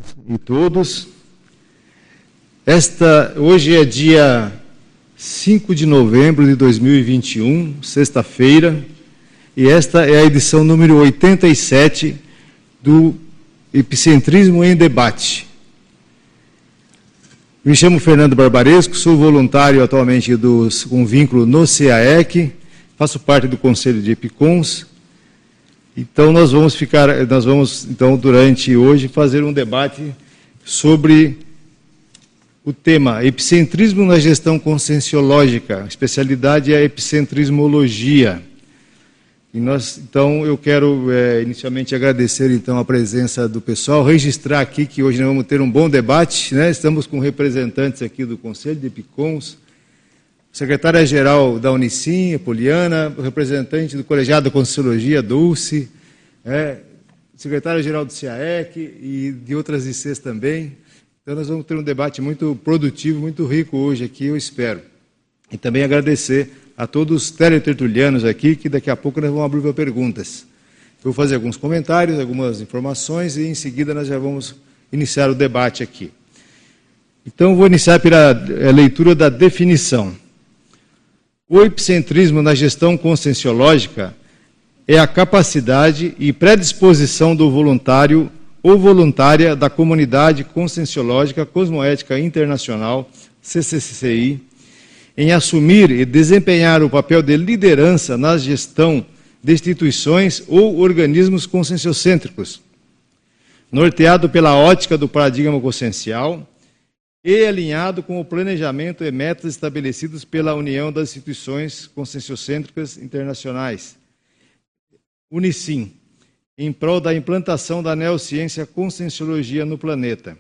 E todos. Hoje é dia 5 de novembro de 2021, sexta-feira, e esta é a edição número 87 do Epicentrismo em Debate. Me chamo Fernando Barbaresco, sou voluntário atualmente com vínculo no CAEC, faço parte do Conselho de Epicons. Então nós vamos durante hoje fazer um debate sobre o tema Epicentrismo na gestão conscienciológica. A especialidade é a epicentrismologia. Então eu quero inicialmente agradecer a presença do pessoal, registrar aqui que hoje nós vamos ter um bom debate, né? Estamos com representantes aqui do Conselho de Epicons, secretária-geral da Unicim, Poliana, representante do Colegiado da Conscienciologia, Dulce, secretária-geral do CAEC e de outras ICs também. Então nós vamos ter um debate muito produtivo, muito rico hoje aqui, eu espero. E também agradecer a todos os teletertulianos aqui, que daqui a pouco nós vamos abrir para perguntas. Eu vou fazer alguns comentários, algumas informações e em seguida nós já vamos iniciar o debate aqui. Então vou iniciar pela leitura da definição. O epicentrismo na gestão conscienciológica é a capacidade e predisposição do voluntário ou voluntária da comunidade conscienciológica cosmoética internacional, CCCI, em assumir e desempenhar o papel de liderança na gestão de instituições ou organismos conscienciocêntricos, norteado pela ótica do paradigma consciencial e alinhado com o planejamento e metas estabelecidos pela União das Instituições Conscienciocêntricas Internacionais, Unicim, em prol da implantação da neociência conscienciologia no planeta.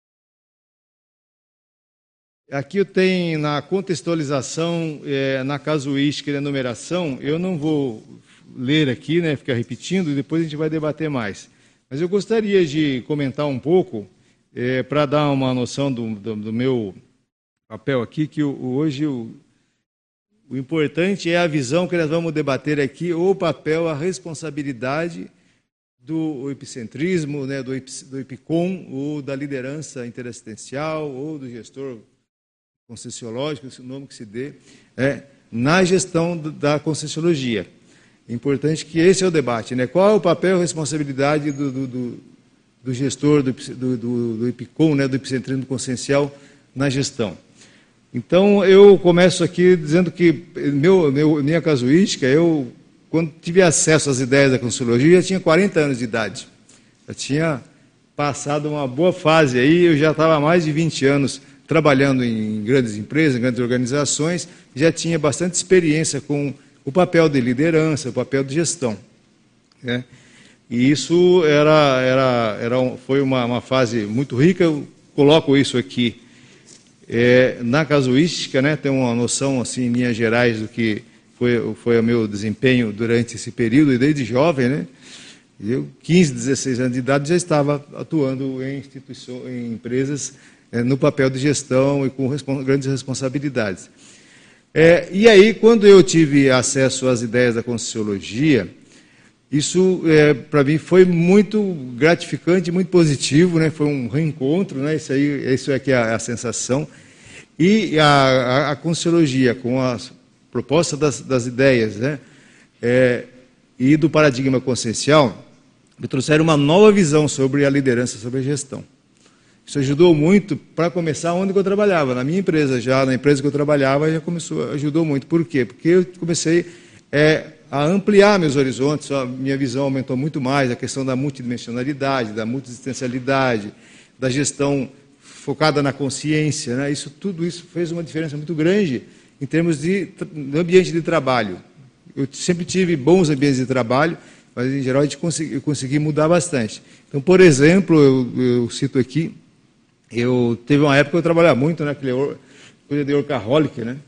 Aqui eu tenho na contextualização, na casuística e na numeração, eu não vou ler aqui, né, ficar repetindo, e depois a gente vai debater mais. Mas eu gostaria de comentar um pouco, para dar uma noção do meu papel aqui, que hoje o importante é a visão que nós vamos debater aqui, o papel, a responsabilidade do epicentrismo, né, do EPICOM, ou da liderança interassistencial, ou do gestor conscienciológico, esse nome que se dê, na gestão da conscienciologia. É importante que esse é o debate, né? Qual é o papel e a responsabilidade do gestor do EPICOM, né, do epicentrismo consciencial na gestão. Então, eu começo aqui dizendo que minha casuística, quando tive acesso às ideias da conscienciologia, já tinha 40 anos de idade. Já tinha passado uma boa fase aí, eu já estava há mais de 20 anos trabalhando em grandes empresas, em grandes organizações, já tinha bastante experiência com o papel de liderança, o papel de gestão, né? E isso foi uma fase muito rica. Eu coloco isso aqui na casuística, né? Tem uma noção assim, em linhas gerais do que foi o meu desempenho durante esse período, e desde jovem, né? Eu, 15, 16 anos de idade, já estava atuando em instituições, em empresas, no papel de gestão e com grandes responsabilidades. E aí, quando eu tive acesso às ideias da conscienciologia, isso, para mim, foi muito gratificante, muito positivo, né? Foi um reencontro, né? Isso é que é a sensação. E a conscienciologia, com a proposta das ideias, né? E do paradigma consciencial, me trouxeram uma nova visão sobre a liderança, sobre a gestão. Isso ajudou muito, para começar, onde eu trabalhava. Na minha empresa, na empresa que eu trabalhava, ajudou muito. Por quê? Porque eu comecei a ampliar meus horizontes, a minha visão aumentou muito mais, a questão da multidimensionalidade, da multiexistencialidade, da gestão focada na consciência, né? Tudo isso fez uma diferença muito grande em termos de ambiente de trabalho. Eu sempre tive bons ambientes de trabalho, mas, em geral, eu consegui mudar bastante. Então, por exemplo, eu cito aqui, teve uma época que eu trabalhava muito, né, coisa de workaholic, né?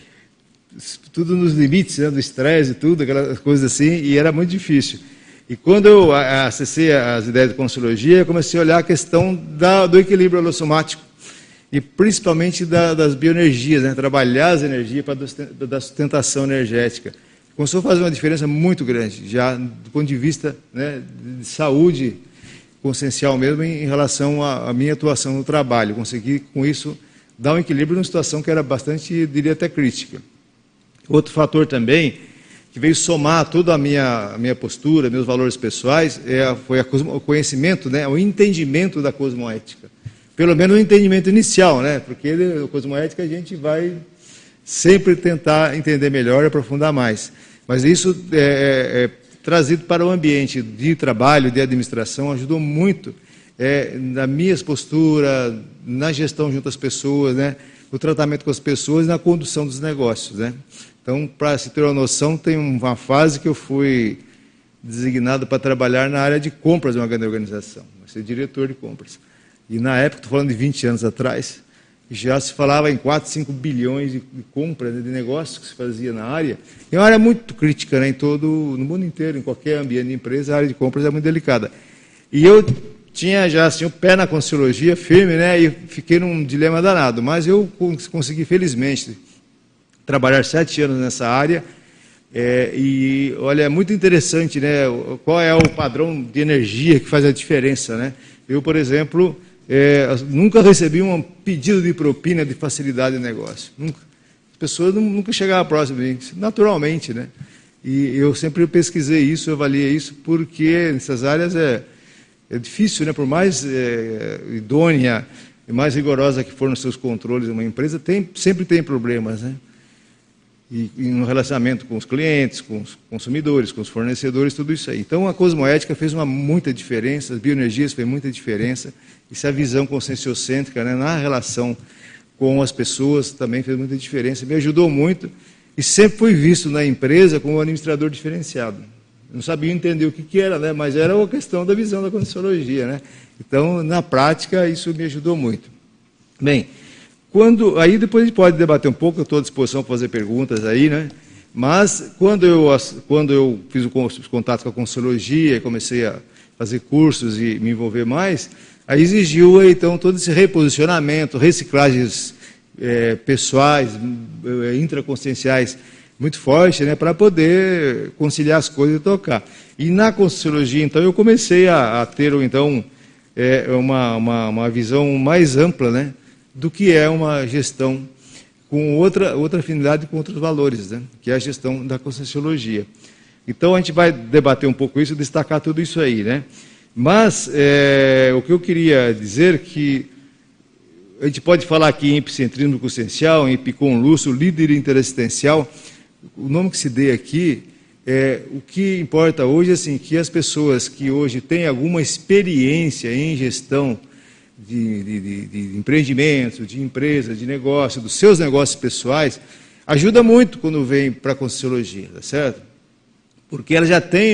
Tudo nos limites, né, do estresse e tudo, aquelas coisas assim, e era muito difícil. E quando eu acessei as ideias de conscienciologia, eu comecei a olhar a questão do equilíbrio holossomático, e principalmente das bioenergias, né, trabalhar as energias da sustentação energética. Começou a fazer uma diferença muito grande, já do ponto de vista, né, de saúde consciencial mesmo em relação à minha atuação no trabalho. Consegui, com isso, dar um equilíbrio numa situação que era bastante, diria até crítica. Outro fator também, que veio somar toda a minha postura, meus valores pessoais, foi o conhecimento, né, o entendimento da cosmoética. Pelo menos o entendimento inicial, né, porque a cosmoética a gente vai sempre tentar entender melhor e aprofundar mais. Mas isso trazido para o ambiente de trabalho, de administração, ajudou muito na minha postura, na gestão junto às pessoas, né, no tratamento com as pessoas e na condução dos negócios, né. Então, para se ter uma noção, tem uma fase que eu fui designado para trabalhar na área de compras de uma grande organização, ser diretor de compras. E na época, estou falando de 20 anos atrás, já se falava em 4, 5 bilhões de compras, né, de negócios que se fazia na área. É uma área muito crítica, né, no mundo inteiro, em qualquer ambiente de empresa, a área de compras é muito delicada. E eu tinha já assim, o pé na Consciologia firme, né, e fiquei num dilema danado, mas eu consegui, felizmente, trabalhar 7 anos nessa área, e olha, é muito interessante, né, qual é o padrão de energia que faz a diferença, né? Eu, por exemplo, nunca recebi um pedido de propina de facilidade de negócio, nunca. As pessoas nunca chegavam próximo de mim, naturalmente, né? E eu sempre pesquisei isso, avaliei isso, porque nessas áreas é difícil, né? Por mais idônea e mais rigorosa que for nos seus controles uma empresa, sempre tem problemas, né? E no relacionamento com os clientes, com os consumidores, com os fornecedores, tudo isso aí. Então, a cosmoética fez muita diferença, as bioenergias fez muita diferença, essa visão conscienciocêntrica, né, na relação com as pessoas também fez muita diferença, me ajudou muito, e sempre fui visto na empresa como um administrador diferenciado. Não sabia entender o que era, né, mas era uma questão da visão da conscienciologia, né? Então, na prática, isso me ajudou muito. Bem, aí depois a gente pode debater um pouco, eu estou à disposição para fazer perguntas aí, né? Mas quando eu fiz os contatos com a Conscienciologia e comecei a fazer cursos e me envolver mais, aí exigiu então todo esse reposicionamento, reciclagens pessoais, intraconscienciais muito forte, né, para poder conciliar as coisas e tocar. E na Conscienciologia, então, eu comecei a ter então uma visão mais ampla, né, do que é uma gestão com outra afinidade com outros valores, né? Que é a gestão da Conscienciologia. Então, a gente vai debater um pouco isso, destacar tudo isso aí, né? Mas, o que eu queria dizer que a gente pode falar aqui em epicentrismo consciencial, em epicom-lúcio, líder interassistencial, o nome que se dê aqui, o que importa hoje é assim, que as pessoas que hoje têm alguma experiência em gestão de empreendimentos, de empresas, de negócio, dos seus negócios pessoais, ajuda muito quando vem para a Conscienciologia, tá certo? Porque ela já tem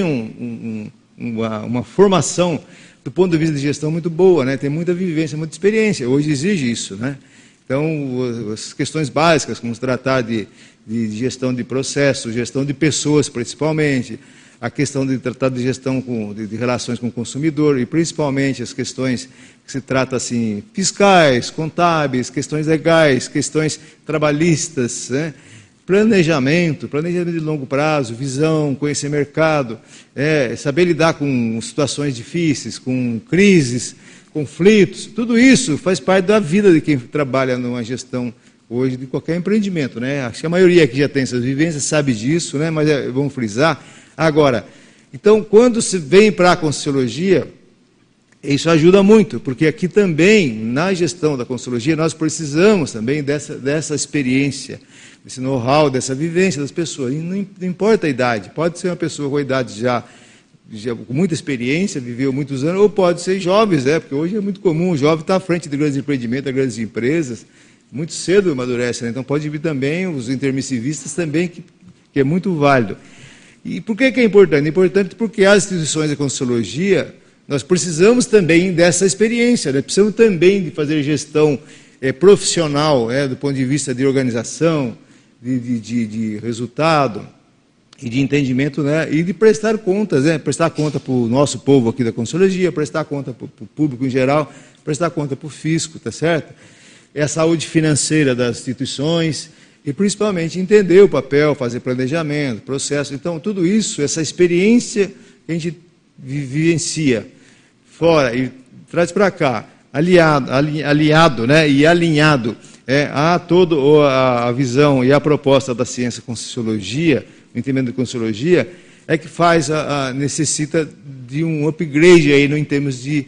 uma formação do ponto de vista de gestão muito boa, né? Tem muita vivência, muita experiência, hoje exige isso, né? Então, as questões básicas, como se tratar de gestão de processos, gestão de pessoas principalmente, a questão de tratar de gestão de relações com o consumidor, e principalmente as questões que se trata assim, fiscais, contábeis, questões legais, questões trabalhistas, né? Planejamento de longo prazo, visão, conhecer mercado, saber lidar com situações difíceis, com crises, conflitos, tudo isso faz parte da vida de quem trabalha numa gestão hoje de qualquer empreendimento, né? Acho que a maioria que já tem essas vivências sabe disso, né? Mas vamos frisar. Agora, então, quando se vem para a Conscienciologia, isso ajuda muito, porque aqui também, na gestão da Conscienciologia, nós precisamos também dessa experiência, desse know-how, dessa vivência das pessoas. E não importa a idade, pode ser uma pessoa com a idade já com muita experiência, viveu muitos anos, ou pode ser jovens, porque hoje é muito comum o jovem estar à frente de grandes empreendimentos, de grandes empresas, muito cedo amadurece, né? Então pode vir também os intermissivistas também, que é muito válido. E por que é importante? É importante porque as instituições da Conscienciologia, nós precisamos também dessa experiência, né? Precisamos também de fazer gestão profissional, do ponto de vista de organização, de resultado e de entendimento, né? E de prestar contas, prestar conta para o nosso povo aqui da Conscienciologia, prestar conta para o público em geral, prestar conta para o fisco, tá certo? É a saúde financeira das instituições, e principalmente entender o papel, fazer planejamento, processo. Então, tudo isso, essa experiência que a gente vivencia, fora e traz para cá, aliado, né, e alinhado a toda a visão e a proposta da ciência Conscienciologia, o entendimento da Conscienciologia, é que necessita de um upgrade aí em termos de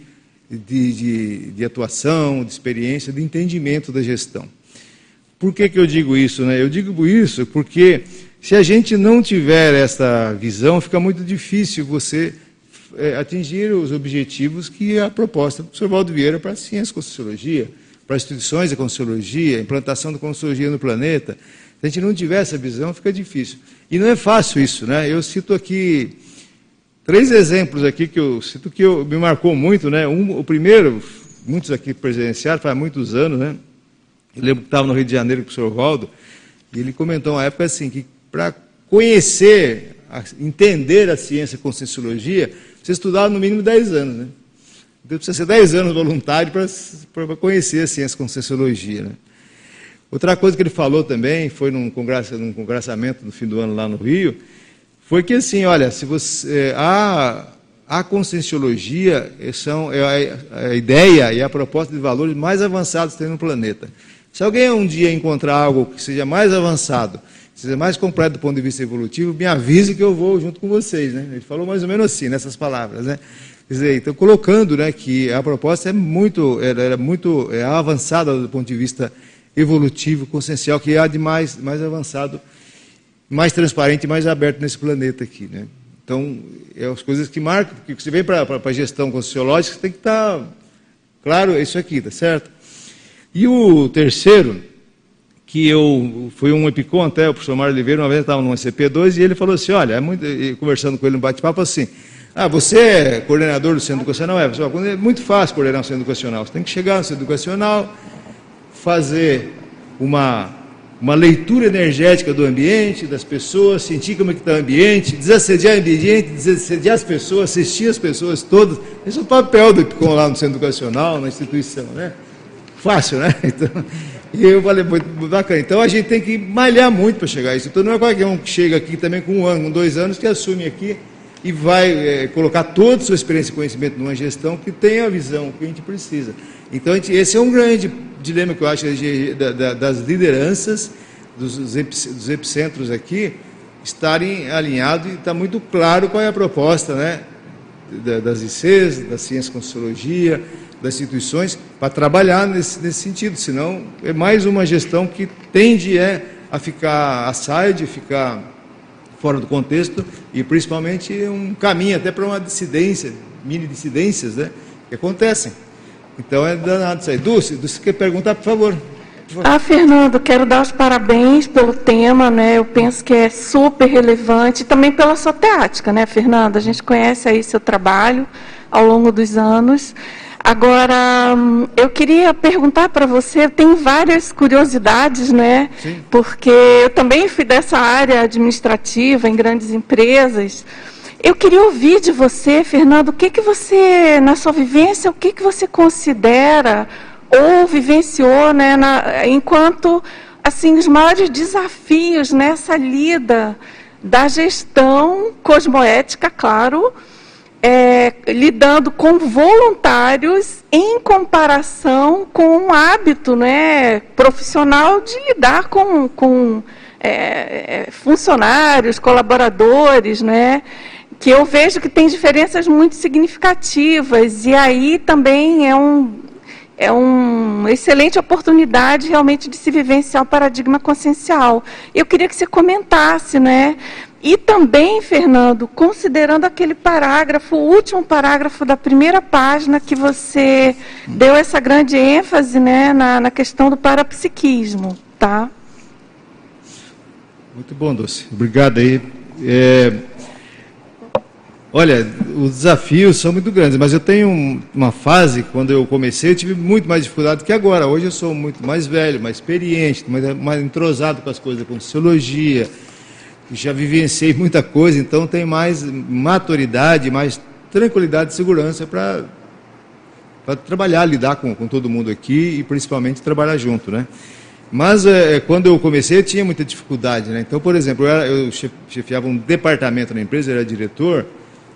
atuação, de experiência, de entendimento da gestão. Por que eu digo isso, né? Eu digo isso porque se a gente não tiver essa visão, fica muito difícil você atingir os objetivos que é a proposta do professor Valdo Vieira para a ciência Conscienciologia, para as instituições da Conscienciologia, a implantação da Conscienciologia no planeta. Se a gente não tiver essa visão, fica difícil. E não é fácil isso, né? Eu cito aqui 3 exemplos aqui que eu cito que me marcou muito, né? O primeiro, muitos aqui presenciaram, faz muitos anos, né? Eu lembro que estava no Rio de Janeiro com o professor Valdo, e ele comentou uma época assim, que para conhecer, entender a ciência Conscienciologia, você estudava no mínimo 10 anos, né? Então precisa ser 10 anos voluntário para conhecer a ciência Conscienciologia, né? Outra coisa que ele falou também, foi num congressamento no fim do ano lá no Rio, foi que assim, olha, se você, a Conscienciologia é a ideia e a proposta de valores mais avançados que tem no planeta. Se alguém um dia encontrar algo que seja mais avançado, seja mais completo do ponto de vista evolutivo, me avise que eu vou junto com vocês, né? Ele falou mais ou menos assim, nessas palavras, né? Quer dizer, então colocando, né, que a proposta era muito avançada do ponto de vista evolutivo, consciencial, que há de mais avançado, mais transparente e mais aberto nesse planeta aqui, né? Então, as coisas que marcam, porque você vem para a gestão conscienciológica, você tem que estar claro, é isso aqui, tá certo? E o terceiro, foi um EPICOM até, o professor Mário Oliveira, uma vez estava no CP2, e ele falou assim, olha, conversando com ele no bate-papo, assim, você é coordenador do centro educacional? É muito fácil coordenar um centro educacional, você tem que chegar no centro educacional, fazer uma leitura energética do ambiente, das pessoas, sentir como é que está o ambiente, desassediar o ambiente, desassediar as pessoas, assistir as pessoas todas. Esse é o papel do EPICOM lá no centro educacional, na instituição, né? Fácil, né? Então, e eu falei, muito bacana. Então a gente tem que malhar muito para chegar a isso. Então não é qualquer um que chega aqui também com 1 ano, com 2 anos, que assume aqui e vai colocar toda a sua experiência e conhecimento numa gestão que tenha a visão que a gente precisa. Então esse é um grande dilema que eu acho das lideranças, dos epicentros aqui, estarem alinhados e está muito claro qual é a proposta, né, das ICs, da ciência Conscienciologia, das instituições, para trabalhar nesse sentido, senão é mais uma gestão que tende a ficar aside, ficar fora do contexto, e principalmente um caminho até para uma dissidência, mini dissidências, né, que acontecem. Então é danado isso aí. Dulce, você quer perguntar, por favor? Fernando, quero dar os parabéns pelo tema, né? Eu penso que é super relevante, e também pela sua teática, né, Fernando? A gente conhece aí seu trabalho ao longo dos anos. Agora, eu queria perguntar para você, tem várias curiosidades, né? Sim. Porque eu também fui dessa área administrativa em grandes empresas. Eu queria ouvir de você, Fernando, o que você, na sua vivência, o que você considera ou vivenciou, né, enquanto, assim, os maiores desafios nessa lida da gestão cosmoética, claro, lidando com voluntários em comparação com um hábito, né, profissional de lidar com funcionários, colaboradores, né, que eu vejo que tem diferenças muito significativas, e aí também é uma excelente oportunidade realmente de se vivenciar o paradigma consciencial. Eu queria que você comentasse, né? E também, Fernando, considerando aquele parágrafo, o último parágrafo da primeira página, que você deu essa grande ênfase, né, na questão do parapsiquismo, tá? Muito bom, Dulce. Obrigado aí. Olha, os desafios são muito grandes, mas eu tenho uma fase, quando eu comecei, eu tive muito mais dificuldade que agora. Hoje eu sou muito mais velho, mais experiente, mais entrosado com as coisas da Conscienciologia, já vivenciei muita coisa, então tenho mais maturidade, mais tranquilidade e segurança para trabalhar, lidar com todo mundo aqui e principalmente trabalhar junto, né? Mas quando eu comecei eu tinha muita dificuldade, né? Então, por exemplo, eu chefiava um departamento na empresa, eu era diretor,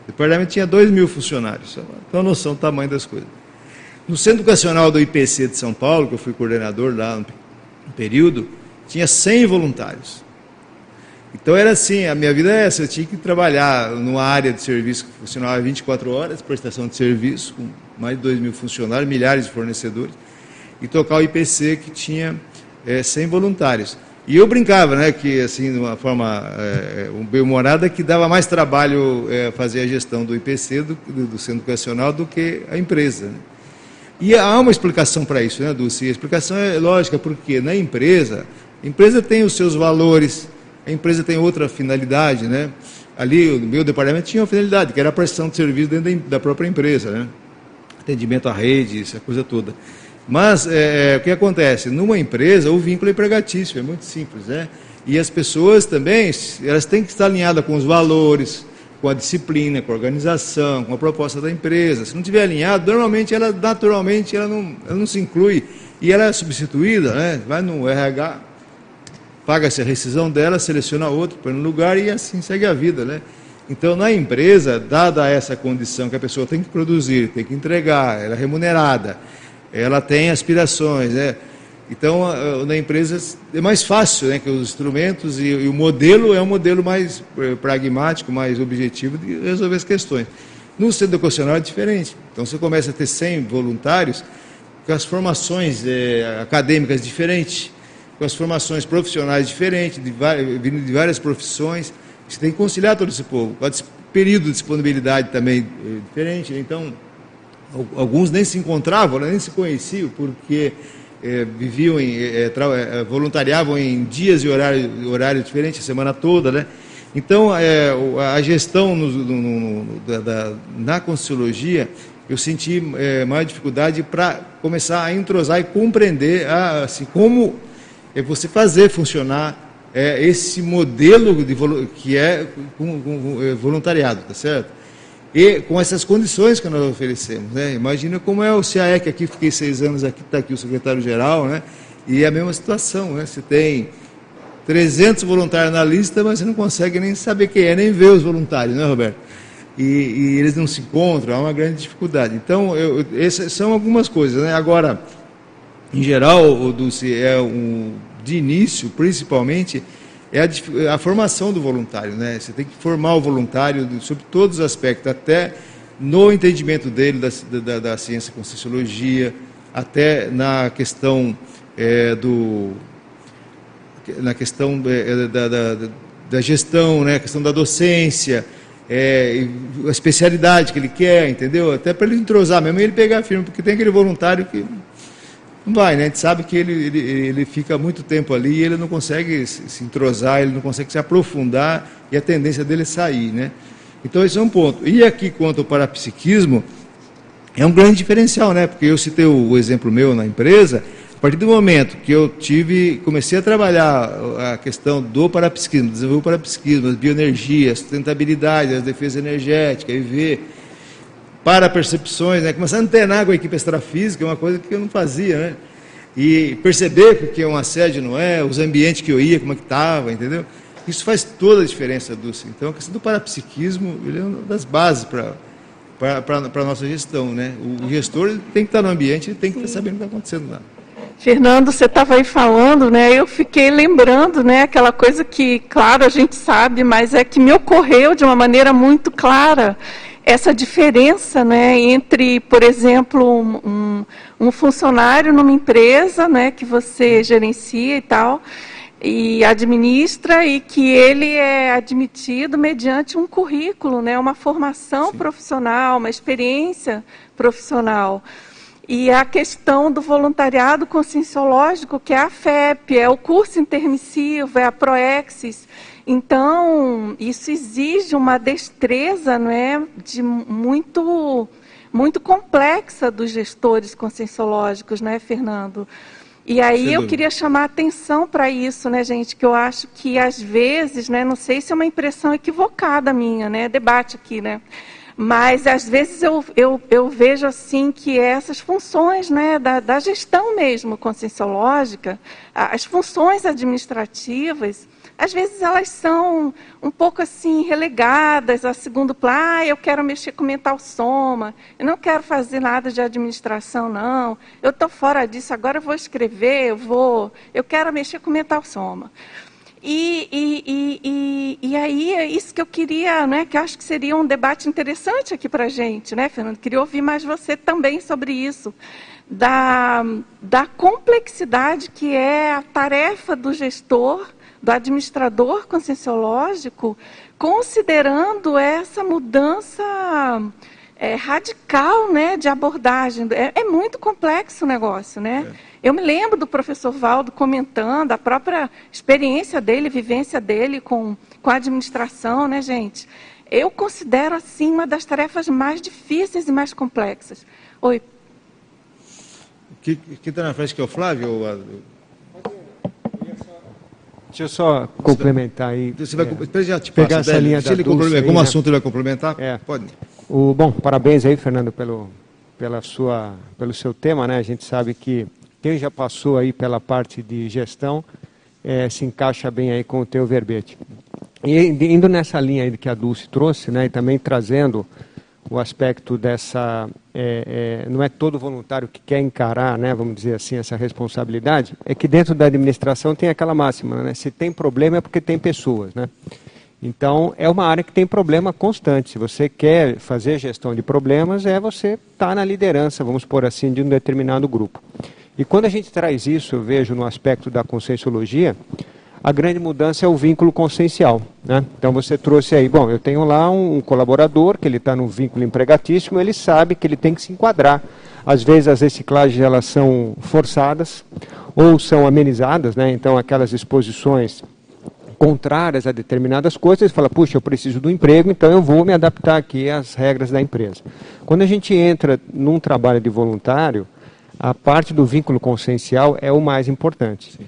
O departamento tinha 2.000 funcionários, então a noção do tamanho das coisas. No Centro Educacional do IPC de São Paulo, que eu fui coordenador lá no período, tinha 100 voluntários. Então era assim, a minha vida é essa, eu tinha que trabalhar numa área de serviço que funcionava 24 horas, prestação de serviço, com mais de 2.000 funcionários, milhares de fornecedores, e tocar o IPC que tinha 100 voluntários. E eu brincava, né, que assim, de uma forma bem-humorada, que dava mais trabalho fazer a gestão do IPC, do Centro Educacional, do que a empresa, né? E há uma explicação para isso, né, Dulce? A explicação é lógica, porque na empresa, a empresa tem os seus valores, a empresa tem outra finalidade, né? Ali, o meu departamento tinha uma finalidade, que era a prestação de serviço dentro da própria empresa, né? Atendimento à rede, essa coisa toda. Mas o que acontece? Numa empresa, o vínculo é empregatício, é muito simples, né? E as pessoas também, elas têm que estar alinhadas com os valores, com a disciplina, com a organização, com a proposta da empresa. Se não estiver alinhado, normalmente ela não se inclui e ela é substituída, né? Vai no RH, paga-se a rescisão dela, seleciona outro, põe no lugar e assim segue a vida, né? Então, na empresa, dada essa condição que a pessoa tem que produzir, tem que entregar, ela é remunerada, ela tem aspirações, né? Então, na empresa é mais fácil, né, que os instrumentos e o modelo é um modelo mais pragmático, mais objetivo de resolver as questões. No centro educacional é diferente. Então, você começa a ter 100 voluntários com as formações acadêmicas diferentes, com as formações profissionais diferentes, vindo de várias profissões. Você tem que conciliar todo esse povo. O período de disponibilidade também é diferente. Então, alguns nem se encontravam, nem se conheciam, porque viviam, voluntariavam em dias e horários diferentes, a semana toda, né? Então, a gestão na Conscienciologia, eu senti maior dificuldade para começar a entrosar e compreender assim, como você fazer funcionar esse modelo que é com voluntariado, tá certo? E com essas condições que nós oferecemos, né? Imagina como é o CAEC aqui, fiquei 6 anos aqui, está aqui o secretário-geral, né? E é a mesma situação, né? Você tem 300 voluntários na lista, mas você não consegue nem saber quem é, nem ver os voluntários, né, Roberto? E eles não se encontram, há uma grande dificuldade. Então, essas são algumas coisas, né? Agora, em geral, Dulce, de início, principalmente, a formação do voluntário, né? Você tem que formar o voluntário sobre todos os aspectos, até no entendimento dele da ciência Conscienciologia, até na questão da gestão, né? A questão da docência, a especialidade que ele quer, entendeu? Até para ele entrosar mesmo e ele pegar firme, porque tem aquele voluntário que não vai, né? A gente sabe que ele fica muito tempo ali e ele não consegue se entrosar, ele não consegue se aprofundar e a tendência dele é sair, né? Então, esse é um ponto. E aqui, quanto ao parapsiquismo, é um grande diferencial, né? Porque eu citei o exemplo meu na empresa, a partir do momento que eu comecei a trabalhar a questão do parapsiquismo, desenvolver o parapsiquismo, as bioenergias, a sustentabilidade, as defesas energéticas, EV, para percepções, né? Começar a antenar com a equipe extrafísica, é uma coisa que eu não fazia, né? E perceber o que é um assédio, não é, os ambientes que eu ia, como é que estava, entendeu? Isso faz toda a diferença, Dulce. Então, a questão do parapsiquismo, ele é uma das bases para a nossa gestão, né? O gestor ele tem que estar no ambiente, ele tem que estar sabendo o que está acontecendo lá. Fernando, você estava aí falando, né? Eu fiquei lembrando, né? Aquela coisa que, claro, a gente sabe, mas é que me ocorreu de uma maneira muito clara essa diferença, né, entre, por exemplo, um funcionário numa empresa, né, que você gerencia e tal, e administra, e que ele é admitido mediante um currículo, né, uma formação Sim. profissional, uma experiência profissional. E a questão do voluntariado conscienciológico, que é a FEP, é o curso intermissivo, é a Proexis. Então, isso exige uma destreza, não é, muito complexa dos gestores conscienciológicos, não é, Fernando? E aí eu queria chamar a atenção para isso, né, gente, que eu acho que às vezes, né, não sei se é uma impressão equivocada minha, né, debate aqui, né, mas às vezes eu vejo assim que essas funções, né, da gestão mesmo conscienciológica, as funções administrativas, às vezes elas são um pouco assim relegadas a segundo plano. Eu quero mexer com mental soma, eu não quero fazer nada de administração, não. Eu estou fora disso, agora eu vou escrever, eu quero mexer com mental soma. E aí é isso que eu queria, né, que eu acho que seria um debate interessante aqui para a gente, né, Fernando? Queria ouvir mais você também sobre isso, da complexidade que é a tarefa do gestor, do administrador conscienciológico, considerando essa mudança radical, né, de abordagem. É muito complexo o negócio, né? Eu me lembro do professor Valdo comentando a própria experiência dele, vivência dele com a administração, né, gente? Eu considero, assim, uma das tarefas mais difíceis e mais complexas. Oi. Quem está na frente que é o Flávio? Deixa eu só complementar aí. Você vai já te pegar essa linha se ele Dulce aí, como né? assunto ele vai complementar? Pode. Bom, parabéns aí, Fernando, pelo seu tema, né? A gente sabe que quem já passou aí pela parte de gestão se encaixa bem aí com o teu verbete. E indo nessa linha aí que a Dulce trouxe, né? E também trazendo o aspecto dessa... não é todo voluntário que quer encarar, né, vamos dizer assim, essa responsabilidade, é que dentro da administração tem aquela máxima, né? Se tem problema é porque tem pessoas, né? Então, é uma área que tem problema constante. Se você quer fazer gestão de problemas, você estar na liderança, vamos pôr assim, de um determinado grupo. E quando a gente traz isso, eu vejo no aspecto da conscienciologia, a grande mudança é o vínculo consciencial, né? Então você trouxe aí, bom, eu tenho lá um colaborador que ele está no vínculo empregatício, ele sabe que ele tem que se enquadrar. Às vezes as reciclagens elas são forçadas ou são amenizadas, né? Então aquelas exposições contrárias a determinadas coisas, ele fala, puxa, eu preciso do emprego, então eu vou me adaptar aqui às regras da empresa. Quando a gente entra num trabalho de voluntário, a parte do vínculo consciencial é o mais importante. Sim.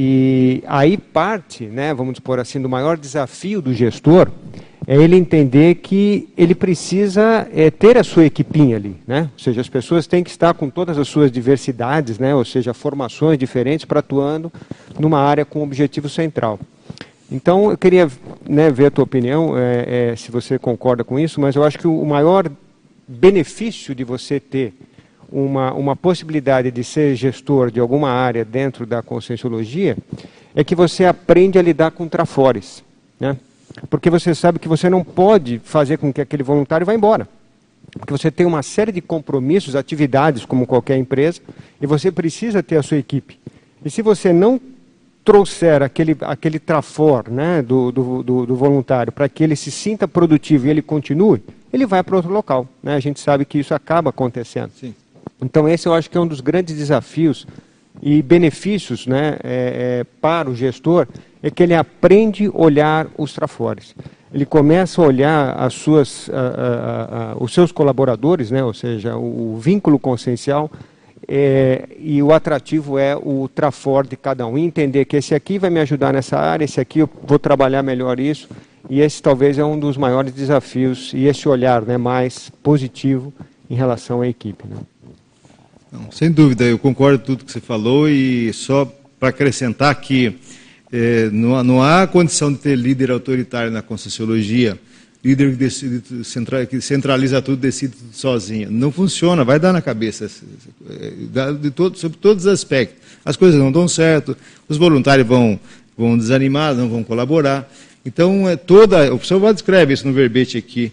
E aí parte, né, vamos pôr assim, do maior desafio do gestor, é ele entender que ele precisa ter a sua equipinha ali, né? Ou seja, as pessoas têm que estar com todas as suas diversidades, né? Ou seja, formações diferentes para atuando numa área com objetivo central. Então, eu queria, né, ver a tua opinião, se você concorda com isso, mas eu acho que o maior benefício de você ter uma possibilidade de ser gestor de alguma área dentro da conscienciologia é que você aprende a lidar com trafores, né? Porque você sabe que você não pode fazer com que aquele voluntário vá embora. Porque você tem uma série de compromissos, atividades, como qualquer empresa, e você precisa ter a sua equipe. E se você não trouxer aquele trafor, né, do voluntário para que ele se sinta produtivo e ele continue, ele vai para outro local, né? A gente sabe que isso acaba acontecendo. Sim. Então esse eu acho que é um dos grandes desafios e benefícios, né, para o gestor, é que ele aprende a olhar os trafores. Ele começa a olhar os seus colaboradores, né, ou seja, o vínculo consciencial, e o atrativo é o trafor de cada um, e entender que esse aqui vai me ajudar nessa área, esse aqui eu vou trabalhar melhor isso, e esse talvez é um dos maiores desafios, e esse olhar, né, mais positivo em relação à equipe, né? Não, sem dúvida, eu concordo com tudo que você falou, e só para acrescentar que não há condição de ter líder autoritário na conscienciologia, líder que, decide, que centraliza tudo, decide tudo sozinho. Não funciona, vai dar na cabeça, sobre todos os aspectos. As coisas não dão certo, os voluntários vão desanimar, não vão colaborar. Então, o professor Valdo escreve isso no verbete aqui,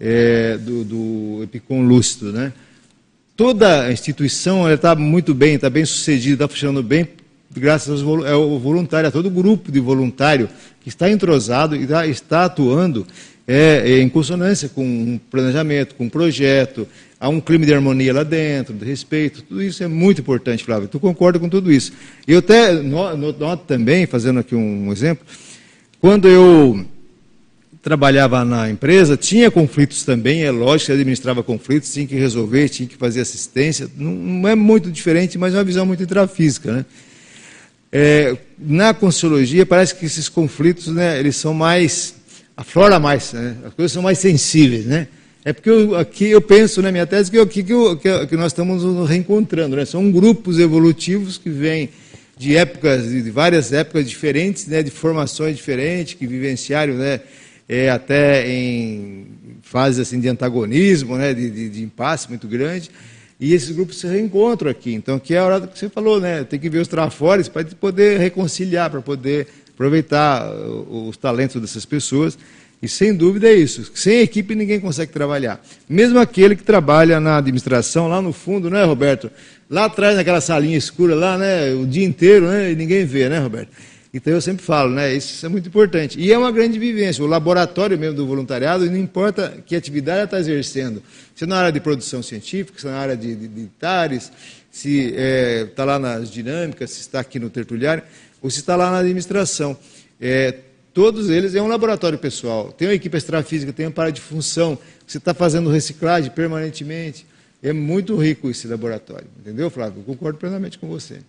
do Epicom Lúcido, né? Toda a instituição está muito bem, está bem sucedida, está funcionando bem, graças ao voluntário, a todo o grupo de voluntário que está entrosado e está atuando em consonância com um planejamento, com um projeto, há um clima de harmonia lá dentro, de respeito, tudo isso é muito importante, Flávio. Tu concorda com tudo isso? Eu até noto também, fazendo aqui um exemplo, quando eu trabalhava na empresa, tinha conflitos também, é lógico que administrava conflitos, tinha que resolver, tinha que fazer assistência, não é muito diferente, mas é uma visão muito intrafísica, né? Na conscienciologia, parece que esses conflitos, né, eles são mais, aflora mais, né? As coisas são mais sensíveis, né? É porque aqui eu penso na minha tese que nós estamos nos reencontrando, né? São grupos evolutivos que vêm de épocas, de várias épocas diferentes, né, de formações diferentes, que vivenciaram, né, até em fases assim, de antagonismo, né, de impasse muito grande, e esses grupos se reencontram aqui. Então, aqui é a hora que você falou, né, tem que ver os trafores para poder reconciliar, para poder aproveitar os talentos dessas pessoas. E sem dúvida é isso. Sem equipe ninguém consegue trabalhar. Mesmo aquele que trabalha na administração, lá no fundo, né, Roberto? Lá atrás, naquela salinha escura lá, né, o dia inteiro, né, e ninguém vê, né, Roberto? Então eu sempre falo, né, isso é muito importante. E é uma grande vivência. O laboratório mesmo do voluntariado, não importa que atividade ela está exercendo. Se é na área de produção científica, se é na área de TARES, se está lá nas dinâmicas, se está aqui no tertuliário, ou se está lá na administração. Todos eles é um laboratório pessoal. Tem uma equipe extrafísica, tem uma área de função, você está fazendo reciclagem permanentemente. É muito rico esse laboratório. Entendeu, Flávio? Eu concordo plenamente com você.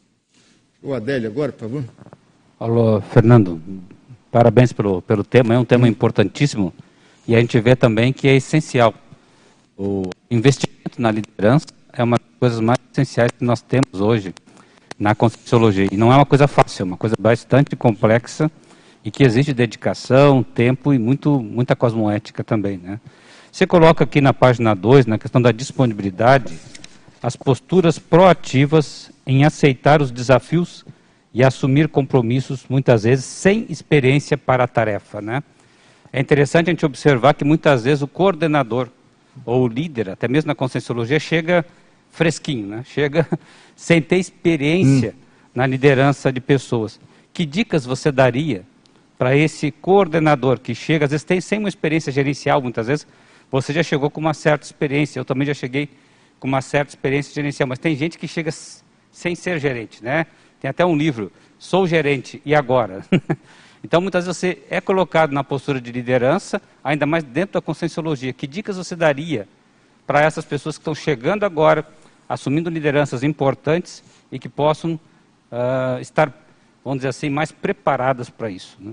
O Adélio agora, por favor. Alô, Fernando. Parabéns pelo tema. É um tema importantíssimo e a gente vê também que é essencial. O investimento na liderança é uma das coisas mais essenciais que nós temos hoje na Conscienciologia. E não é uma coisa fácil, é uma coisa bastante complexa e que exige dedicação, tempo e muita cosmoética também, né? Você coloca aqui na página 2, na questão da disponibilidade, as posturas proativas em aceitar os desafios e assumir compromissos, muitas vezes, sem experiência para a tarefa, né? É interessante a gente observar que muitas vezes o coordenador ou o líder, até mesmo na Conscienciologia, chega fresquinho, né? Chega sem ter experiência na liderança de pessoas. Que dicas você daria para esse coordenador que chega, às vezes sem uma experiência gerencial, muitas vezes, você já chegou com uma certa experiência, eu também já cheguei com uma certa experiência gerencial, mas tem gente que chega sem ser gerente, né? Tem até um livro, Sou Gerente, e agora? Então, muitas vezes você é colocado na postura de liderança, ainda mais dentro da Conscienciologia. Que dicas você daria para essas pessoas que estão chegando agora, assumindo lideranças importantes e que possam estar, vamos dizer assim, mais preparadas para isso, né?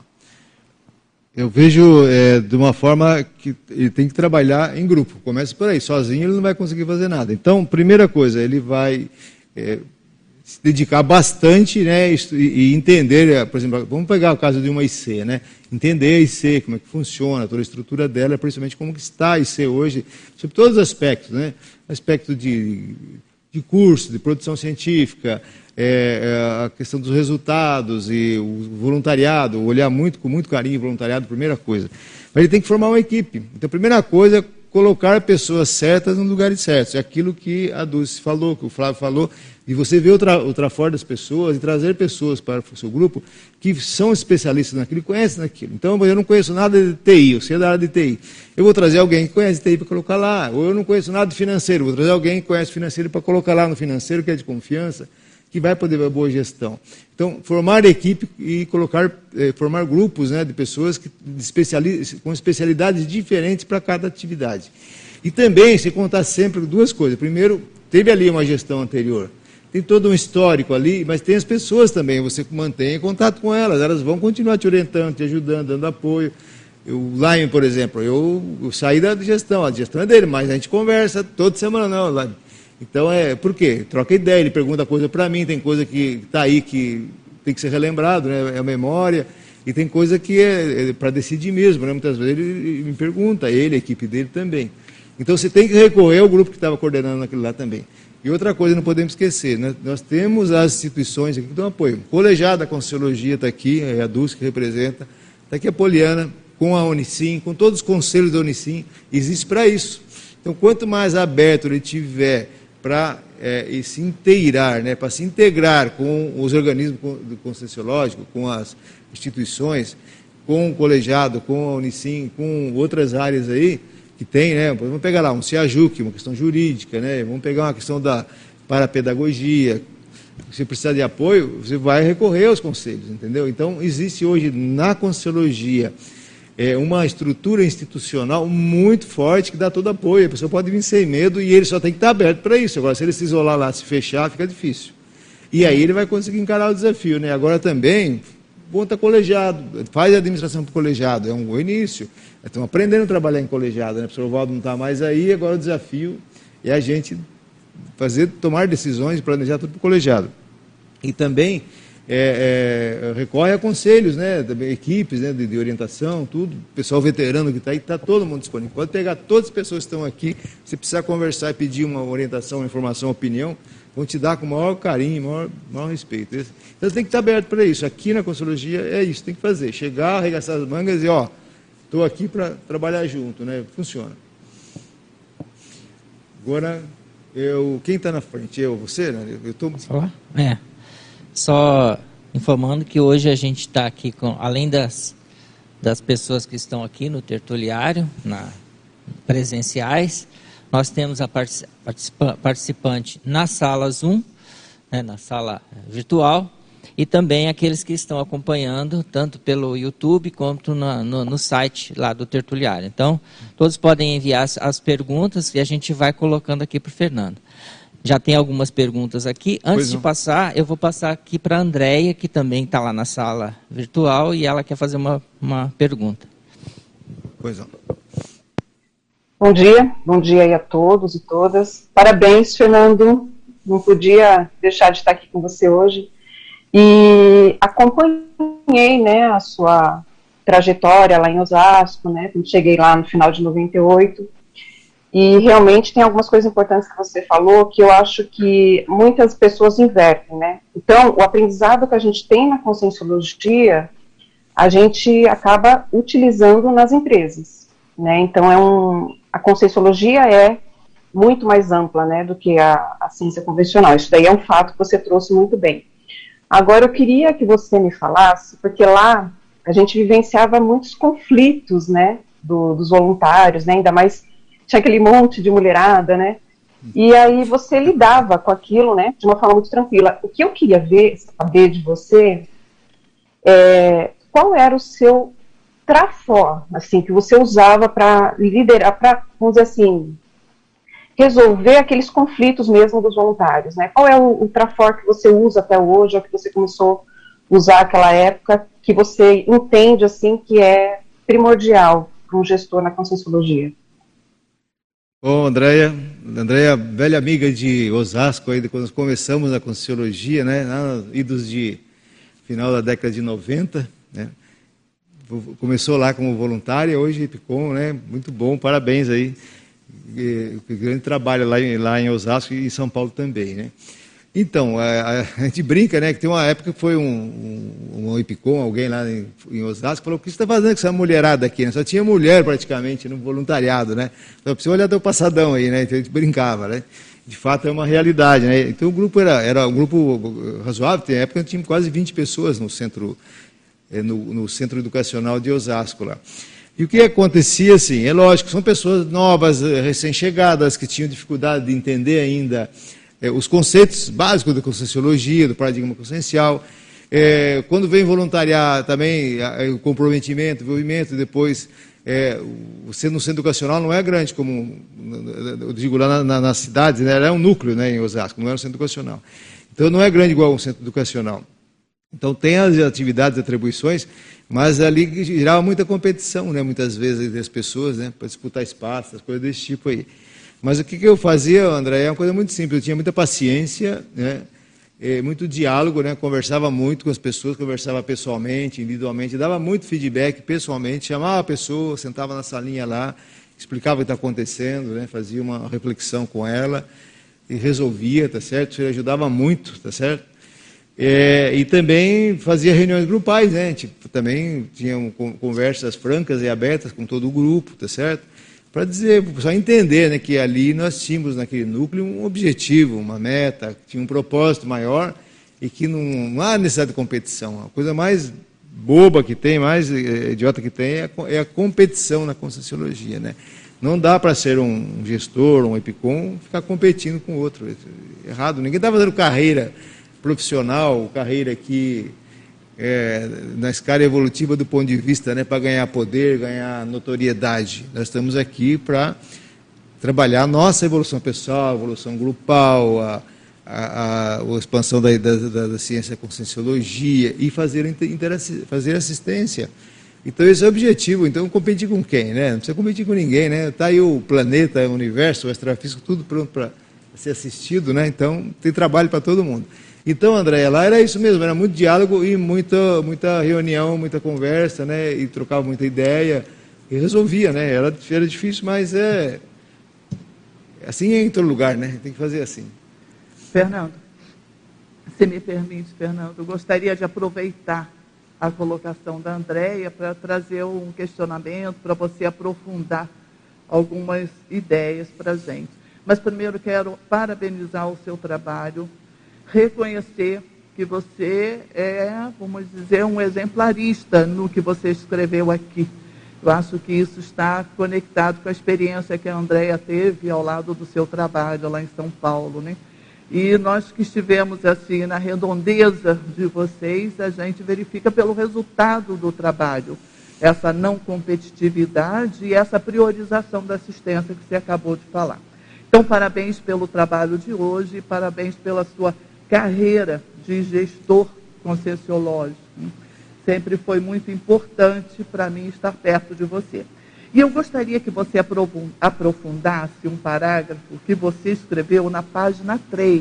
Eu vejo de uma forma que ele tem que trabalhar em grupo. Começa por aí. Sozinho ele não vai conseguir fazer nada. Então, primeira coisa, ele vai se dedicar bastante, né, e entender, por exemplo, vamos pegar o caso de uma IC, né? Entender a IC, como é que funciona, toda a estrutura dela, principalmente como que está a IC hoje, sobre todos os aspectos, né? Aspecto de curso, de produção científica, a questão dos resultados e o voluntariado, olhar com muito carinho o voluntariado, primeira coisa. Mas ele tem que formar uma equipe. Então, a primeira coisa é colocar pessoas certas nos lugares certos. É aquilo que a Dulce falou, que o Flávio falou, e você ver o trafor das pessoas e trazer pessoas para o seu grupo que são especialistas naquilo e conhecem naquilo. Então, eu não conheço nada de TI, eu sei da área de TI. Eu vou trazer alguém que conhece TI para colocar lá. Ou eu não conheço nada de financeiro, vou trazer alguém que conhece financeiro para colocar lá no financeiro, que é de confiança, que vai poder ver a boa gestão. Então, formar equipe e formar grupos, né, de pessoas com especialidades diferentes para cada atividade. E também, se contar sempre duas coisas. Primeiro, teve ali uma gestão anterior. Tem todo um histórico ali, mas tem as pessoas também, você mantém contato com elas vão continuar te orientando, te ajudando, dando apoio. O Laime, por exemplo, eu saí da gestão, a gestão é dele, mas a gente conversa toda semana, não, Laime. Então, por quê? Troca ideia, ele pergunta coisa para mim, tem coisa que está aí que tem que ser relembrado, né? É a memória, e tem coisa que é para decidir mesmo, né? Muitas vezes ele me pergunta, a equipe dele também. Então, você tem que recorrer ao grupo que estava coordenando aquilo lá também. E outra coisa não podemos esquecer, né? Nós temos as instituições aqui que dão apoio. O colegiado da Conscienciologia está aqui, é a Dulce que representa, está aqui a Poliana, com a Unicim, com todos os conselhos da Unicim, existe para isso. Então, quanto mais aberto ele tiver para se inteirar, né, para se integrar com os organismos conscienciológicos, com as instituições, com o colegiado, com a Unicim, com outras áreas aí, que tem, né? Vamos pegar lá um CIAJUC, uma questão jurídica, né? Vamos pegar uma questão da parapedagogia. Se precisar de apoio, você vai recorrer aos conselhos, entendeu? Então, existe hoje na Conscienciologia uma estrutura institucional muito forte que dá todo apoio. A pessoa pode vir sem medo e ele só tem que estar aberto para isso. Agora, se ele se isolar lá, se fechar, fica difícil. E aí ele vai conseguir encarar o desafio, né? Agora também, monta colegiado, faz a administração para o colegiado, é um bom início. Estão aprendendo a trabalhar em colegiado, né? O professor Valdo não está mais aí, agora o desafio é a gente tomar decisões e planejar tudo para o colegiado. E também recorre a conselhos, né, equipes, né, de orientação, tudo, pessoal veterano que está aí, está todo mundo disponível. Pode pegar todas as pessoas que estão aqui, se precisar conversar e pedir uma orientação, uma informação, uma opinião, vão te dar com o maior carinho, maior respeito. Então tem que estar aberto para isso. Aqui na Consciologia é isso, tem que fazer. Chegar, arregaçar as mangas e, ó, estou aqui para trabalhar junto, né? Funciona. Agora, quem está na frente? Você, né? Eu estou... Só informando que hoje a gente está aqui com, além das pessoas que estão aqui no tertuliário, presenciais, nós temos a participante na sala Zoom, né, na sala virtual, e também aqueles que estão acompanhando, tanto pelo YouTube quanto no site lá do tertuliário. Então, todos podem enviar as perguntas e a gente vai colocando aqui para o Fernando. Já tem algumas perguntas aqui. Antes de passar, eu vou passar aqui para a Andréia, que também está lá na sala virtual, e ela quer fazer uma pergunta. Pois não. Bom dia aí a todos e todas. Parabéns, Fernando. Não podia deixar de estar aqui com você hoje. E acompanhei, né, a sua trajetória lá em Osasco, né, quando cheguei lá no final de 98. E realmente tem algumas coisas importantes que você falou que eu acho que muitas pessoas invertem, né? Então, o aprendizado que a gente tem na Conscienciologia, a gente acaba utilizando nas empresas, né? Então, a Conscienciologia é muito mais ampla, né, do que a ciência convencional. Isso daí é um fato que você trouxe muito bem. Agora, eu queria que você me falasse, porque lá a gente vivenciava muitos conflitos, né, dos voluntários, né, ainda mais tinha aquele monte de mulherada, né? E aí você lidava com aquilo, né? De uma forma muito tranquila. O que eu queria saber de você qual era o seu trafor, assim, que você usava para liderar, para, vamos dizer assim, resolver aqueles conflitos mesmo dos voluntários, né? Qual é o trafor que você usa até hoje, ou que você começou a usar naquela época, que você entende, assim, que é primordial para um gestor na Conscienciologia? Bom, Andréia, velha amiga de Osasco, aí, quando nós começamos na Conscienciologia, né, idos de final da década de 90, né, começou lá como voluntária, hoje Ipicom, né, muito bom, parabéns aí, grande trabalho lá em Osasco e em São Paulo também, né. Então, a gente brinca, né, que tem uma época que foi um Ipicom, alguém lá em Osasco, falou, o que você está fazendo com essa mulherada aqui? Né? Só tinha mulher praticamente no voluntariado, né? Então, precisa olhar teu passadão aí, né? Então, a gente brincava, né? De fato, é uma realidade, né? Então, o grupo era um grupo razoável, tem época que tinha quase 20 pessoas no centro educacional de Osasco lá. E o que acontecia, assim, é lógico, são pessoas novas, recém-chegadas, que tinham dificuldade de entender ainda os conceitos básicos da Conscienciologia, do paradigma consciencial. Quando vem voluntariar também, o comprometimento, o envolvimento, depois, no centro educacional não é grande, como eu digo lá nas cidades, né? Era um núcleo, né, em Osasco, não era um centro educacional. Então não é grande igual um centro educacional. Então tem as atividades, atribuições, mas ali gerava muita competição, né, muitas vezes, entre as pessoas, né, para disputar espaços, coisas desse tipo aí. Mas o que eu fazia, André, é uma coisa muito simples. Eu tinha muita paciência, né, muito diálogo, né, conversava muito com as pessoas, conversava pessoalmente, individualmente, dava muito feedback pessoalmente, chamava a pessoa, sentava na salinha lá, explicava o que está acontecendo, né, fazia uma reflexão com ela e resolvia, tá certo? Isso ajudava muito, tá certo? E também fazia reuniões grupais, né? Tipo, também tinham conversas francas e abertas com todo o grupo, tá certo? Para dizer, para o pessoal entender, né, que ali nós tínhamos naquele núcleo um objetivo, uma meta, tinha um propósito maior e que não há necessidade de competição. A coisa mais boba que tem, mais idiota que tem é a competição na Conscienciologia, né? Não dá para ser um gestor, um Ipicom, ficar competindo com o outro. É errado. Ninguém está fazendo carreira profissional, carreira aqui na escala evolutiva do ponto de vista, né, para ganhar poder, ganhar notoriedade. Nós estamos aqui para trabalhar a nossa evolução pessoal, a evolução grupal, a expansão da ciência da Conscienciologia e fazer assistência. Então esse é o objetivo. Então competir com quem, né? Não precisa competir com ninguém, né? Está aí o planeta, o universo, o extrafísico, tudo pronto para ser assistido, né? Então tem trabalho para todo mundo. Então, Andréia, lá era isso mesmo, era muito diálogo e muita reunião, muita conversa, né? E trocava muita ideia e resolvia, né? Era difícil, mas assim é em todo lugar, né? Tem que fazer assim. Fernando, se me permite, Fernando, eu gostaria de aproveitar a colocação da Andréia para trazer um questionamento, para você aprofundar algumas ideias para a gente. Mas primeiro quero parabenizar o seu trabalho, reconhecer que você é, vamos dizer, um exemplarista no que você escreveu aqui. Eu acho que isso está conectado com a experiência que a Andréia teve ao lado do seu trabalho lá em São Paulo, né? E nós que estivemos assim na redondeza de vocês, a gente verifica pelo resultado do trabalho, essa não competitividade e essa priorização da assistência que você acabou de falar. Então, parabéns pelo trabalho de hoje, parabéns pela sua carreira de gestor conscienciológico. Sempre foi muito importante para mim estar perto de você. E eu gostaria que você aprofundasse um parágrafo que você escreveu na página 3.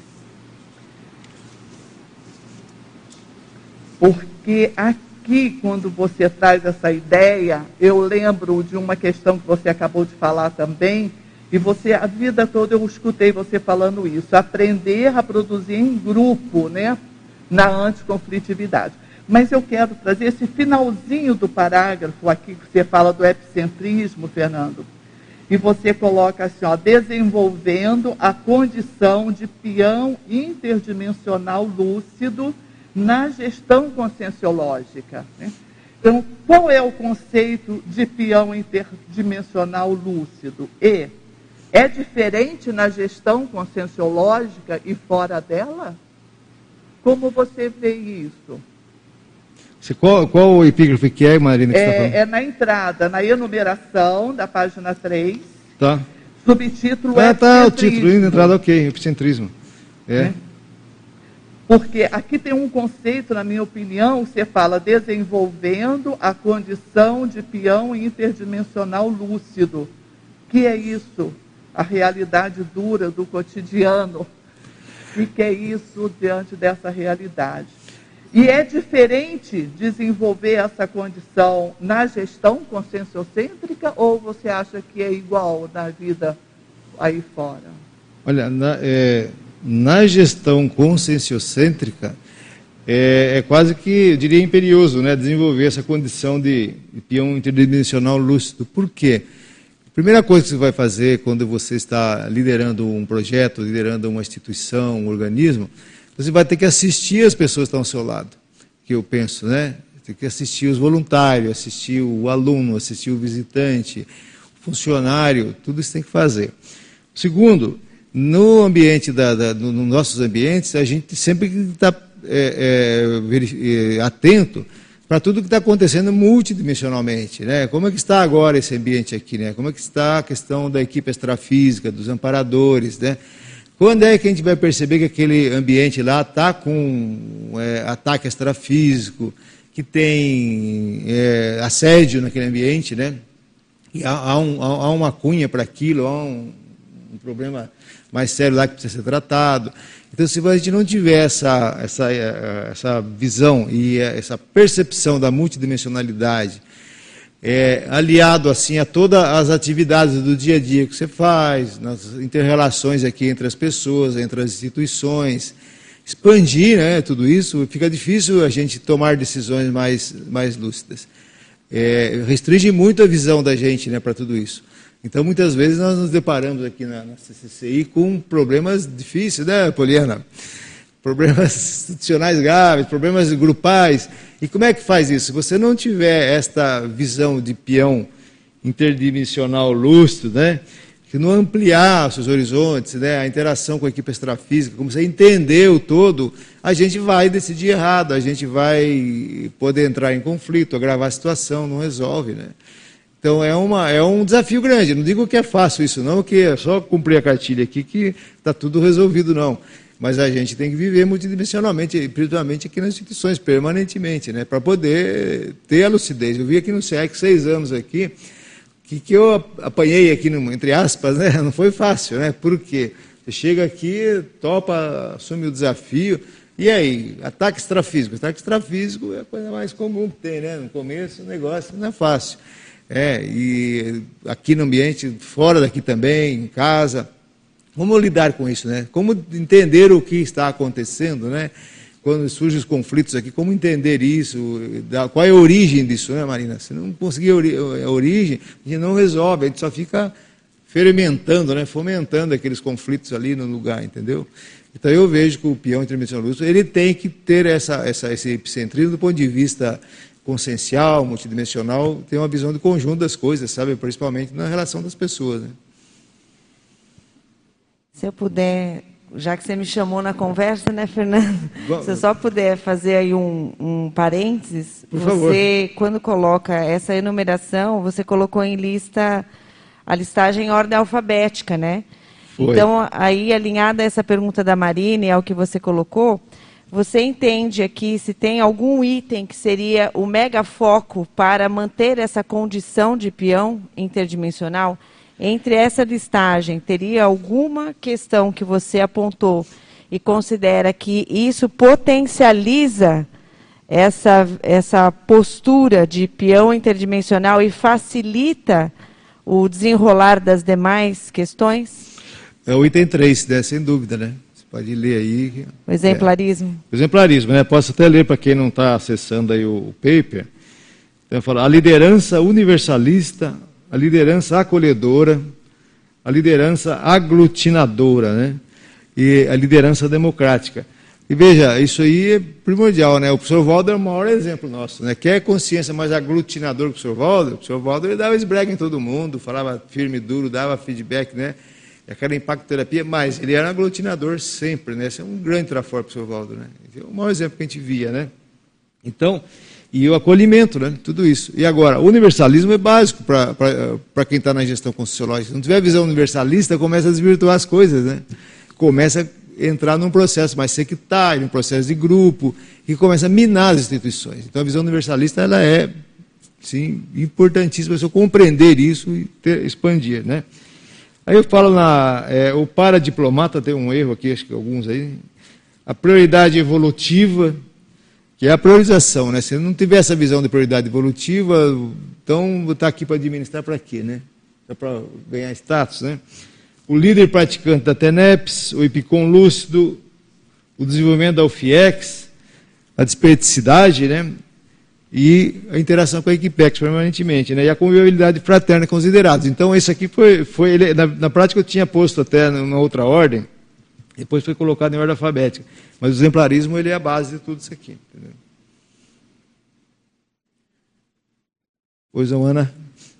Porque aqui, quando você traz essa ideia, eu lembro de uma questão que você acabou de falar também, e você, a vida toda eu escutei você falando isso, aprender a produzir em grupo, né, na anticonflitividade. Mas eu quero trazer esse finalzinho do parágrafo aqui, que você fala do epicentrismo, Fernando, e você coloca assim, ó, desenvolvendo a condição de peão interdimensional lúcido na gestão conscienciológica, né? Então, qual é o conceito de peão interdimensional lúcido? É diferente na gestão conscienciológica e fora dela? Como você vê isso? Qual o epígrafe que é, Marina? Que você tá falando? É na entrada, na enumeração da página 3. Tá. Subtítulo tá, o título, entrada, ok, epicentrismo. Porque aqui tem um conceito, na minha opinião, você fala desenvolvendo a condição de peão interdimensional lúcido. Que é isso? A realidade dura do cotidiano. E que é isso diante dessa realidade? E é diferente desenvolver essa condição na gestão conscienciocêntrica ou você acha que é igual na vida aí fora? Olha, na gestão conscienciocêntrica é quase que, eu diria, imperioso, né, desenvolver essa condição de peão interdimensional lúcido. Por quê? A primeira coisa que você vai fazer quando você está liderando um projeto, liderando uma instituição, um organismo, você vai ter que assistir as pessoas que estão ao seu lado, que eu penso, né? Tem que assistir os voluntários, assistir o aluno, assistir o visitante, o funcionário, tudo isso tem que fazer. Segundo, no ambiente, nos nossos ambientes, a gente sempre está atento para tudo que está acontecendo multidimensionalmente, né? Como é que está agora esse ambiente aqui, né? Como é que está a questão da equipe extrafísica, dos amparadores, né? Quando é que a gente vai perceber que aquele ambiente lá está com ataque extrafísico, que tem assédio naquele ambiente, né? E há uma cunha para aquilo, há um problema mais sério lá que precisa ser tratado. Então, se a gente não tiver essa visão e essa percepção da multidimensionalidade, aliado assim a todas as atividades do dia a dia que você faz, nas inter-relações aqui entre as pessoas, entre as instituições, expandir, né, tudo isso, fica difícil a gente tomar decisões mais lúcidas. Restringe muito a visão da gente, né, para tudo isso. Então, muitas vezes nós nos deparamos aqui na CCCI com problemas difíceis, né, Poliana? Problemas institucionais graves, problemas grupais. E como é que faz isso? Se você não tiver esta visão de peão interdimensional lúcido, né, que não ampliar os seus horizontes, né, a interação com a equipe extrafísica, como você entender o todo, a gente vai decidir errado, a gente vai poder entrar em conflito, agravar a situação, não resolve, né? Então é um desafio grande. Não digo que é fácil isso não, que é só cumprir a cartilha aqui que está tudo resolvido, não. Mas a gente tem que viver multidimensionalmente, principalmente aqui nas instituições, permanentemente, né, para poder ter a lucidez. Eu vi aqui no SEAC 6 anos aqui, que eu apanhei aqui, entre aspas, né, não foi fácil, né? Por quê? Você chega aqui, topa, assume o desafio. E aí, ataque extrafísico? Ataque extrafísico é a coisa mais comum que tem, né? No começo o negócio não é fácil. E aqui no ambiente, fora daqui também, em casa. Como lidar com isso, né? Como entender o que está acontecendo, né? Quando surgem os conflitos aqui, como entender isso? Qual é a origem disso, né, Marina? Se não conseguir a origem, a gente não resolve, a gente só fica fermentando, né? Fomentando aqueles conflitos ali no lugar, entendeu? Então eu vejo que o peão interdimensional lúcido, ele tem que ter esse epicentrismo do ponto de vista consciencial, multidimensional, ter uma visão do conjunto das coisas, sabe? Principalmente na relação das pessoas, né? Se eu puder, já que você me chamou na conversa, né, Fernando? Se eu só puder fazer aí um parênteses, por favor. Quando coloca essa enumeração, você colocou em lista a listagem em ordem alfabética, né? Foi. Então, aí, alinhada a essa pergunta da Marina e ao que você colocou, você entende aqui se tem algum item que seria o mega foco para manter essa condição de peão interdimensional? Entre essa listagem, teria alguma questão que você apontou e considera que isso potencializa essa postura de peão interdimensional e facilita o desenrolar das demais questões? É o item 3, né? Sem dúvida, né? Você pode ler aí. O exemplarismo. O exemplarismo, né? Posso até ler para quem não está acessando aí o paper. Então, fala, a liderança universalista, a liderança acolhedora, a liderança aglutinadora, né? E a liderança democrática. E veja, isso aí é primordial, né? O professor Waldo é o maior exemplo nosso, né? Quer consciência mais aglutinadora que o professor Waldo ele dava esbrega em todo mundo, falava firme e duro, dava feedback, né? Aquela impactoterapia, mas ele era um aglutinador sempre, né? Esse é um grande trafor para o professor Waldo, né? É o maior exemplo que a gente via, né? Então, e o acolhimento, né? Tudo isso. E agora, o universalismo é básico para quem está na gestão conscienciológica. Se não tiver visão universalista, começa a desvirtuar as coisas, né? Começa a entrar num processo mais sectário, um processo de grupo, e começa a minar as instituições. Então, a visão universalista, ela é, sim, importantíssima, se eu compreender isso e expandir, né? Aí eu falo o paradiplomata tem um erro aqui, acho que alguns aí, a prioridade evolutiva, que é a priorização, né? Se não tiver essa visão de prioridade evolutiva, então vou estar aqui para administrar para quê, né? Só para ganhar status, né? O líder praticante da TENEPS, o Epicom lúcido, o desenvolvimento da UFIEX, a desperdicicidade, né? E a interação com a Equipex permanentemente, né? E a convivialidade fraterna considerados. Então, isso aqui foi ele, na prática eu tinha posto até numa outra ordem, depois foi colocado em ordem alfabética. Mas o exemplarismo ele é a base de tudo isso aqui. Entendeu? Pois, Ana.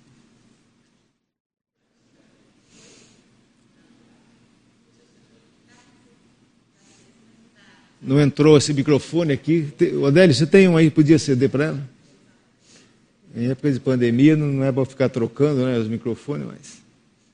Não entrou esse microfone aqui. Odélio, você tem um aí, podia ceder para ela? Em época de pandemia, não é para ficar trocando, né, os microfones, mas...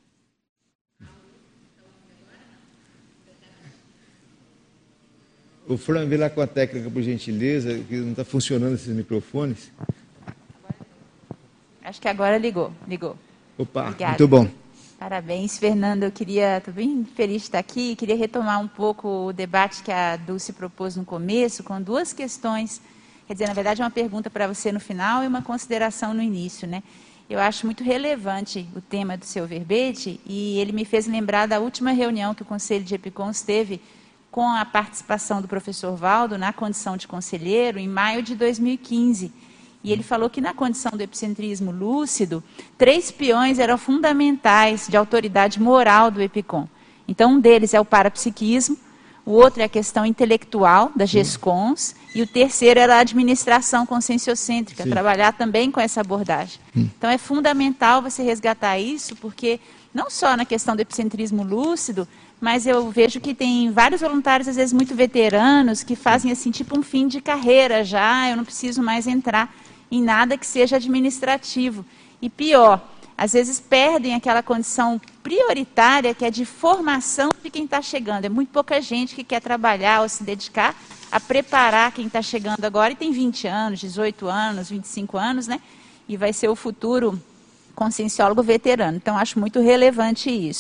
O Fran, vê lá com a técnica, por gentileza, que não está funcionando esses microfones. Acho que agora ligou. Opa, obrigada. Muito bom. Parabéns, Fernando. Estou bem feliz de estar aqui. Queria retomar um pouco o debate que a Dulce propôs no começo, com duas questões. Quer dizer, na verdade, uma pergunta para você no final e uma consideração no início, né? Eu acho muito relevante o tema do seu verbete e ele me fez lembrar da última reunião que o Conselho de Epicons teve com a participação do professor Waldo na condição de conselheiro em maio de 2015. E ele falou que na condição do epicentrismo lúcido, 3 peões eram fundamentais de autoridade moral do Epicom. Então, um deles é o parapsiquismo, o outro é a questão intelectual das GESCONs, e o terceiro era a administração conscienciocêntrica, trabalhar também com essa abordagem. Então, é fundamental você resgatar isso, porque não só na questão do epicentrismo lúcido, mas eu vejo que tem vários voluntários, às vezes muito veteranos, que fazem assim, tipo um fim de carreira já, eu não preciso mais entrar em nada que seja administrativo. E pior, às vezes perdem aquela condição prioritária que é de formação de quem está chegando. É muito pouca gente que quer trabalhar ou se dedicar a preparar quem está chegando agora e tem 20 anos, 18 anos, 25 anos, né? E vai ser o futuro conscienciólogo veterano. Então, acho muito relevante isso.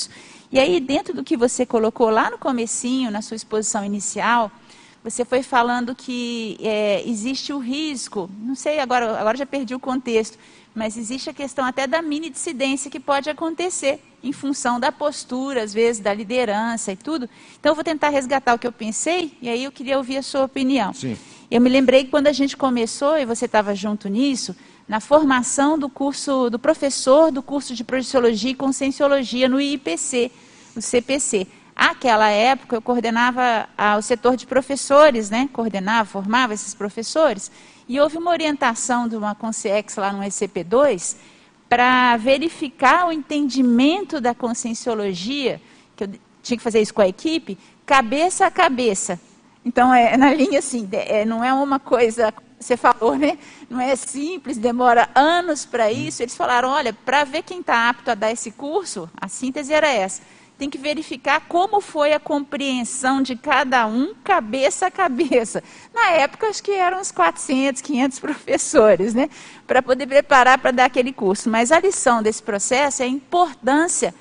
E aí, dentro do que você colocou lá no comecinho, na sua exposição inicial, você foi falando que existe o risco, não sei, agora já perdi o contexto, mas existe a questão até da mini-dissidência que pode acontecer em função da postura, às vezes, da liderança e tudo. Então, eu vou tentar resgatar o que eu pensei, e aí eu queria ouvir a sua opinião. Sim. Eu me lembrei que quando a gente começou, e você estava junto nisso, na formação do curso, do professor do curso de Projeciologia e Conscienciologia no IPC, no CPC. Àquela época, eu coordenava o setor de professores, né? Formava esses professores, e houve uma orientação de uma Consciex lá no ECP2 para verificar o entendimento da Conscienciologia, que eu tinha que fazer isso com a equipe, cabeça a cabeça. Então, na linha assim, não é uma coisa, você falou, né? Não é simples, demora anos para isso. Eles falaram, olha, para ver quem está apto a dar esse curso, a síntese era essa. Tem que verificar como foi a compreensão de cada um, cabeça a cabeça. Na época, acho que eram uns 400, 500 professores, né? Para poder preparar para dar aquele curso. Mas a lição desse processo é a importância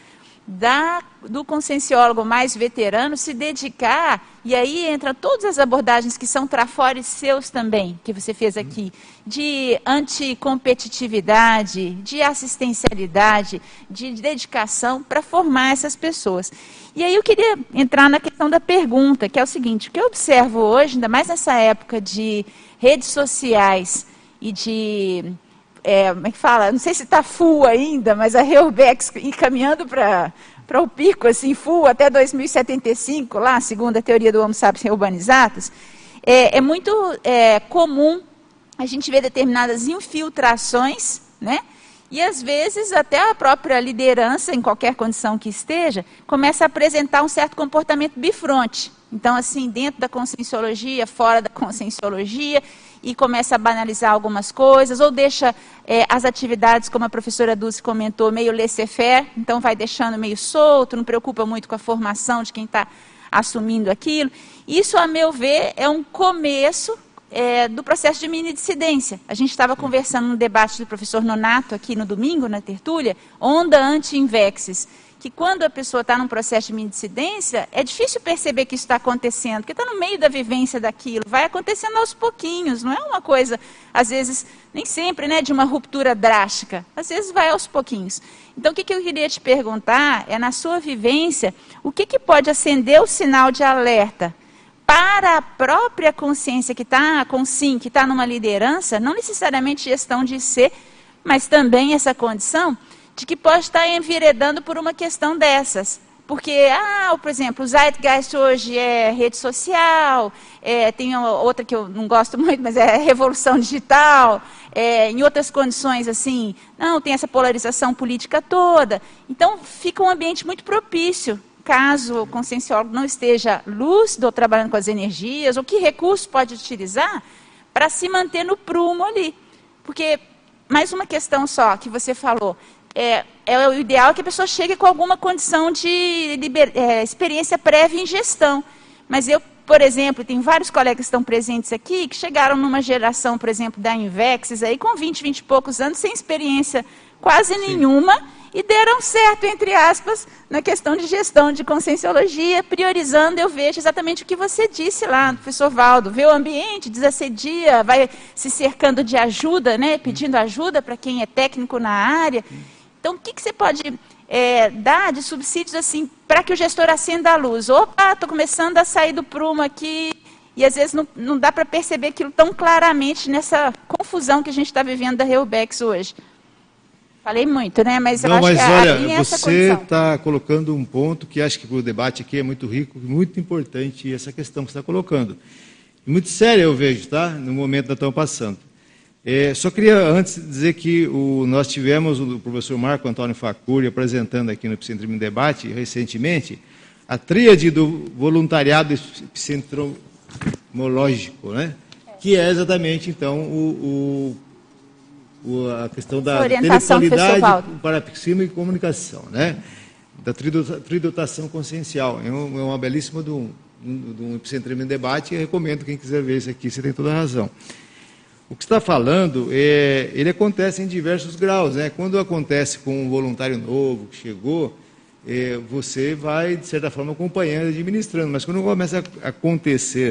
do conscienciólogo mais veterano se dedicar, e aí entra todas as abordagens que são trafores seus também, que você fez aqui, de anticompetitividade, de assistencialidade, de dedicação para formar essas pessoas. E aí eu queria entrar na questão da pergunta, que é o seguinte, o que eu observo hoje, ainda mais nessa época de redes sociais e de... como é que fala? Não sei se está full ainda, mas a Reurbex caminhando para o pico, assim, full até 2075, lá, segundo a teoria do Homo sapiens reurbanizatus, é muito comum a gente ver determinadas infiltrações, né? E às vezes até a própria liderança, em qualquer condição que esteja, começa a apresentar um certo comportamento bifronte. Então, assim, dentro da conscienciologia, fora da conscienciologia, e começa a banalizar algumas coisas, ou deixa as atividades, como a professora Dulce comentou, meio laissez-faire, então vai deixando meio solto, não preocupa muito com a formação de quem está assumindo aquilo. Isso, a meu ver, é um começo do processo de mini-dissidência. A gente estava conversando no debate do professor Nonato, aqui no domingo, na tertúlia, onda anti-invexis, que quando a pessoa está num processo de mini-dissidência, é difícil perceber que isso está acontecendo, porque está no meio da vivência daquilo, vai acontecendo aos pouquinhos, não é uma coisa, às vezes, nem sempre, né, de uma ruptura drástica, às vezes vai aos pouquinhos. Então, o que eu queria te perguntar é, na sua vivência, o que pode acender o sinal de alerta para a própria consciência que está que está numa liderança, não necessariamente gestão de ser, mas também essa condição de que pode estar enveredando por uma questão dessas. Porque, por exemplo, o Zeitgeist hoje é rede social, tem outra que eu não gosto muito, mas é revolução digital, em outras condições, assim, não, tem essa polarização política toda. Então, fica um ambiente muito propício, caso o conscienciólogo não esteja lúcido ou trabalhando com as energias, ou que recurso pode utilizar para se manter no prumo ali. Porque, mais uma questão só que você falou, o ideal é que a pessoa chegue com alguma condição de experiência prévia em gestão. Mas eu, por exemplo, tenho vários colegas que estão presentes aqui, que chegaram numa geração, por exemplo, da Invexis, aí, com 20 e poucos anos, sem experiência quase nenhuma, e deram certo, entre aspas, na questão de gestão de conscienciologia, priorizando, eu vejo exatamente o que você disse lá, professor Valdo, vê o ambiente, desassedia, vai se cercando de ajuda, né, pedindo ajuda para quem é técnico na área. Então, o que você pode dar de subsídios assim para que o gestor acenda a luz? Opa, estou começando a sair do prumo aqui, e às vezes não dá para perceber aquilo tão claramente nessa confusão que a gente está vivendo da Reurbex hoje. Falei muito, né? Mas eu acho que olha, você está colocando um ponto que acho que o debate aqui é muito rico, muito importante, essa questão que você está colocando. Muito séria eu vejo, tá? No momento que nós estamos passando. Só queria antes dizer que nós tivemos o professor Marco Antônio Facuri apresentando aqui no Epicentro Debate, recentemente, a tríade do voluntariado epicentrológico, né? Que é exatamente, então, a questão da intelectualidade, parapsíquica e comunicação, né? Da tridotação consciencial. É uma belíssima de um Epicentro Debate, e eu recomendo quem quiser ver isso aqui, você tem toda a razão. O que você está falando, ele acontece em diversos graus, né? Quando acontece com um voluntário novo que chegou, você vai, de certa forma, acompanhando, administrando. Mas quando começa a acontecer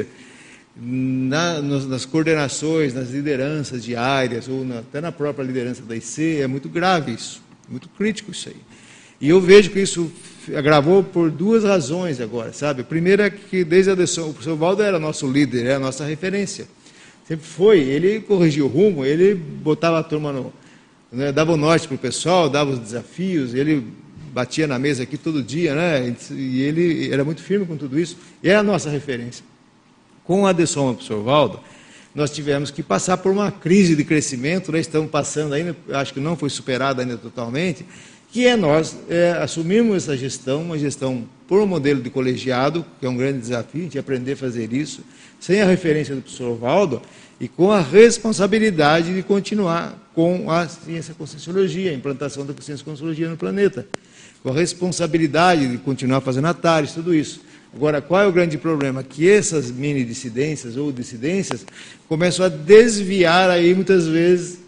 nas coordenações, nas lideranças diárias, ou até na própria liderança da IC, é muito grave isso, muito crítico isso aí. E eu vejo que isso agravou por duas razões agora, sabe? A primeira é que, desde a eleição, o professor Valdo era nosso líder, era a nossa referência. Sempre foi, ele corrigia o rumo, ele botava a turma dava o norte para o pessoal, dava os desafios, ele batia na mesa aqui todo dia, né? E ele era muito firme com tudo isso, e era a nossa referência. Com a adesão ao professor Valdo, nós tivemos que passar por uma crise de crescimento, né? Estamos passando ainda, acho que não foi superada ainda totalmente, que é nós assumirmos essa gestão, uma gestão por um modelo de colegiado, que é um grande desafio, a gente aprender a fazer isso, sem a referência do professor Valdo, e com a responsabilidade de continuar com a ciência conscienciologia, a implantação da ciência conscienciologia no planeta, com a responsabilidade de continuar fazendo atalhos, tudo isso. Agora, qual é o grande problema? Que essas mini-dissidências ou dissidências começam a desviar aí, muitas vezes,